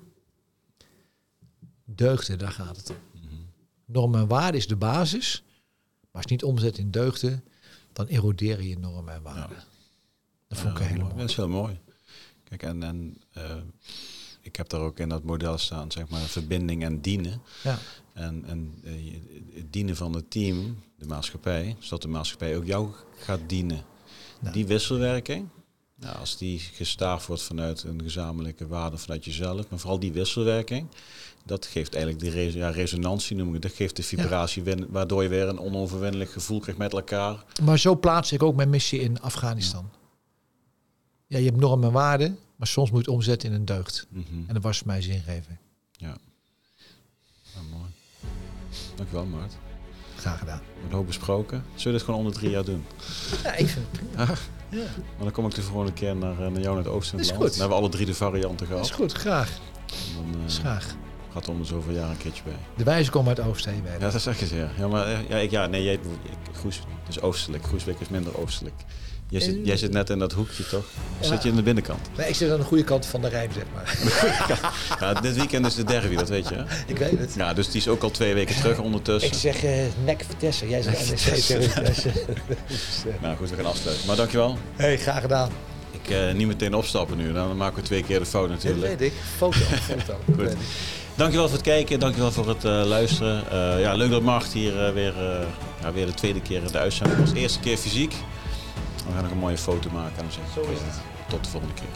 Deugden, daar gaat het om. Normen en waarden is de basis, maar als je niet omzet in deugden, dan erodeer je normen en waarden. Ja. Dat vond ik heel mooi. Dat is heel mooi. Kijk, ik heb daar ook in dat model staan, zeg maar, verbinding en dienen. Ja. En het dienen van het team, de maatschappij, zodat de maatschappij ook jou gaat dienen. Nou. Die wisselwerking, nou, als die gestaafd wordt vanuit een gezamenlijke waarde vanuit jezelf, maar vooral die wisselwerking, dat geeft eigenlijk die resonantie, noem ik het. Dat geeft de vibratie, waardoor je weer een onoverwinnelijk gevoel krijgt met elkaar. Maar zo plaats ik ook mijn missie in Afghanistan. Ja, je hebt normen en waarden, maar soms moet je het omzetten in een deugd. Mm-hmm. En dat was mijn zingeving. Ja. Nou, mooi. Dankjewel, Mart. Graag gedaan. We hebben een hoop besproken. Zullen we dit gewoon onder 3 jaar doen? Ja, ik vind het prima. Ja. Maar dan kom ik de volgende keer naar jou naar het oosten. Dat is land. goed. Dan hebben we alle 3 de varianten gehad. Dat is goed, graag. En dan, graag. Gaat er om de zoveel jaar een keertje bij. De wijzen komen uit het oosten heen. Ja, dat zeg je zo. Ja, maar Groes is oostelijk. Groesbeek is minder oostelijk. Jij zit net in dat hoekje, toch? Of zit je in de binnenkant? Nee, ik zit aan de goede kant van de Rijn, zeg maar. Ja, dit weekend is de derby, dat weet je, hè? Ik weet het. Ja, dus die is ook al 2 weken terug ondertussen. Ik zeg NEC Vitesse. Jij zegt NEC Vitesse. Nou goed, we gaan afsluiten. Maar dankjewel. Hey, graag gedaan. Ik niet meteen opstappen nu. Dan maken we 2 keer de fout natuurlijk. Dat weet ik. Foto. Goed. Dankjewel voor het kijken. Dankjewel voor het luisteren. Leuk dat Mart hier weer de 2e keer in de uitzending was. De eerste keer fysiek. We gaan nog een mooie foto maken en dan zeg ik zo is het. Tot de volgende keer.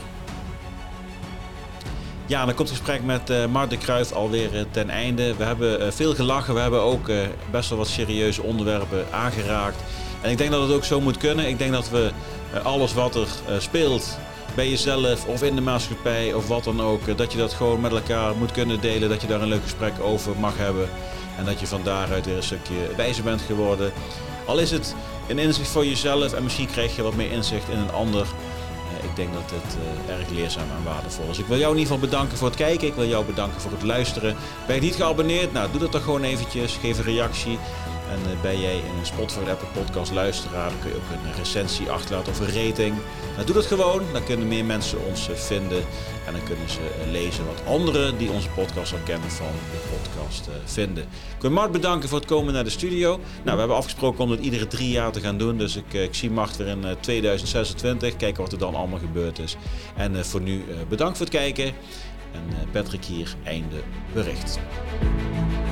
Ja, dan komt het gesprek met Mart de Kruijf alweer ten einde. We hebben veel gelachen. We hebben ook best wel wat serieuze onderwerpen aangeraakt. En ik denk dat het ook zo moet kunnen. Ik denk dat we alles wat er speelt bij jezelf of in de maatschappij of wat dan ook, dat je dat gewoon met elkaar moet kunnen delen. Dat je daar een leuk gesprek over mag hebben. En dat je van daaruit weer een stukje wijzer bent geworden. Al is het een inzicht voor jezelf en misschien krijg je wat meer inzicht in een ander. Ik denk dat het erg leerzaam en waardevol is. Ik wil jou in ieder geval bedanken voor het kijken. Ik wil jou bedanken voor het luisteren. Ben je niet geabonneerd? Nou, doe dat toch gewoon eventjes. Geef een reactie. En ben jij in een Spotify of Apple podcast luisteraar, dan kun je ook een recensie achterlaten of een rating. Nou, doe dat gewoon. Dan kunnen meer mensen ons vinden. En dan kunnen ze lezen wat anderen die onze podcast al kennen van de podcast vinden. Ik wil Mart bedanken voor het komen naar de studio. Nou, we hebben afgesproken om het iedere 3 jaar te gaan doen. Dus ik zie Mart weer in 2026. Kijken wat er dan allemaal gebeurd is. En voor nu bedankt voor het kijken. En Patrick hier, einde bericht.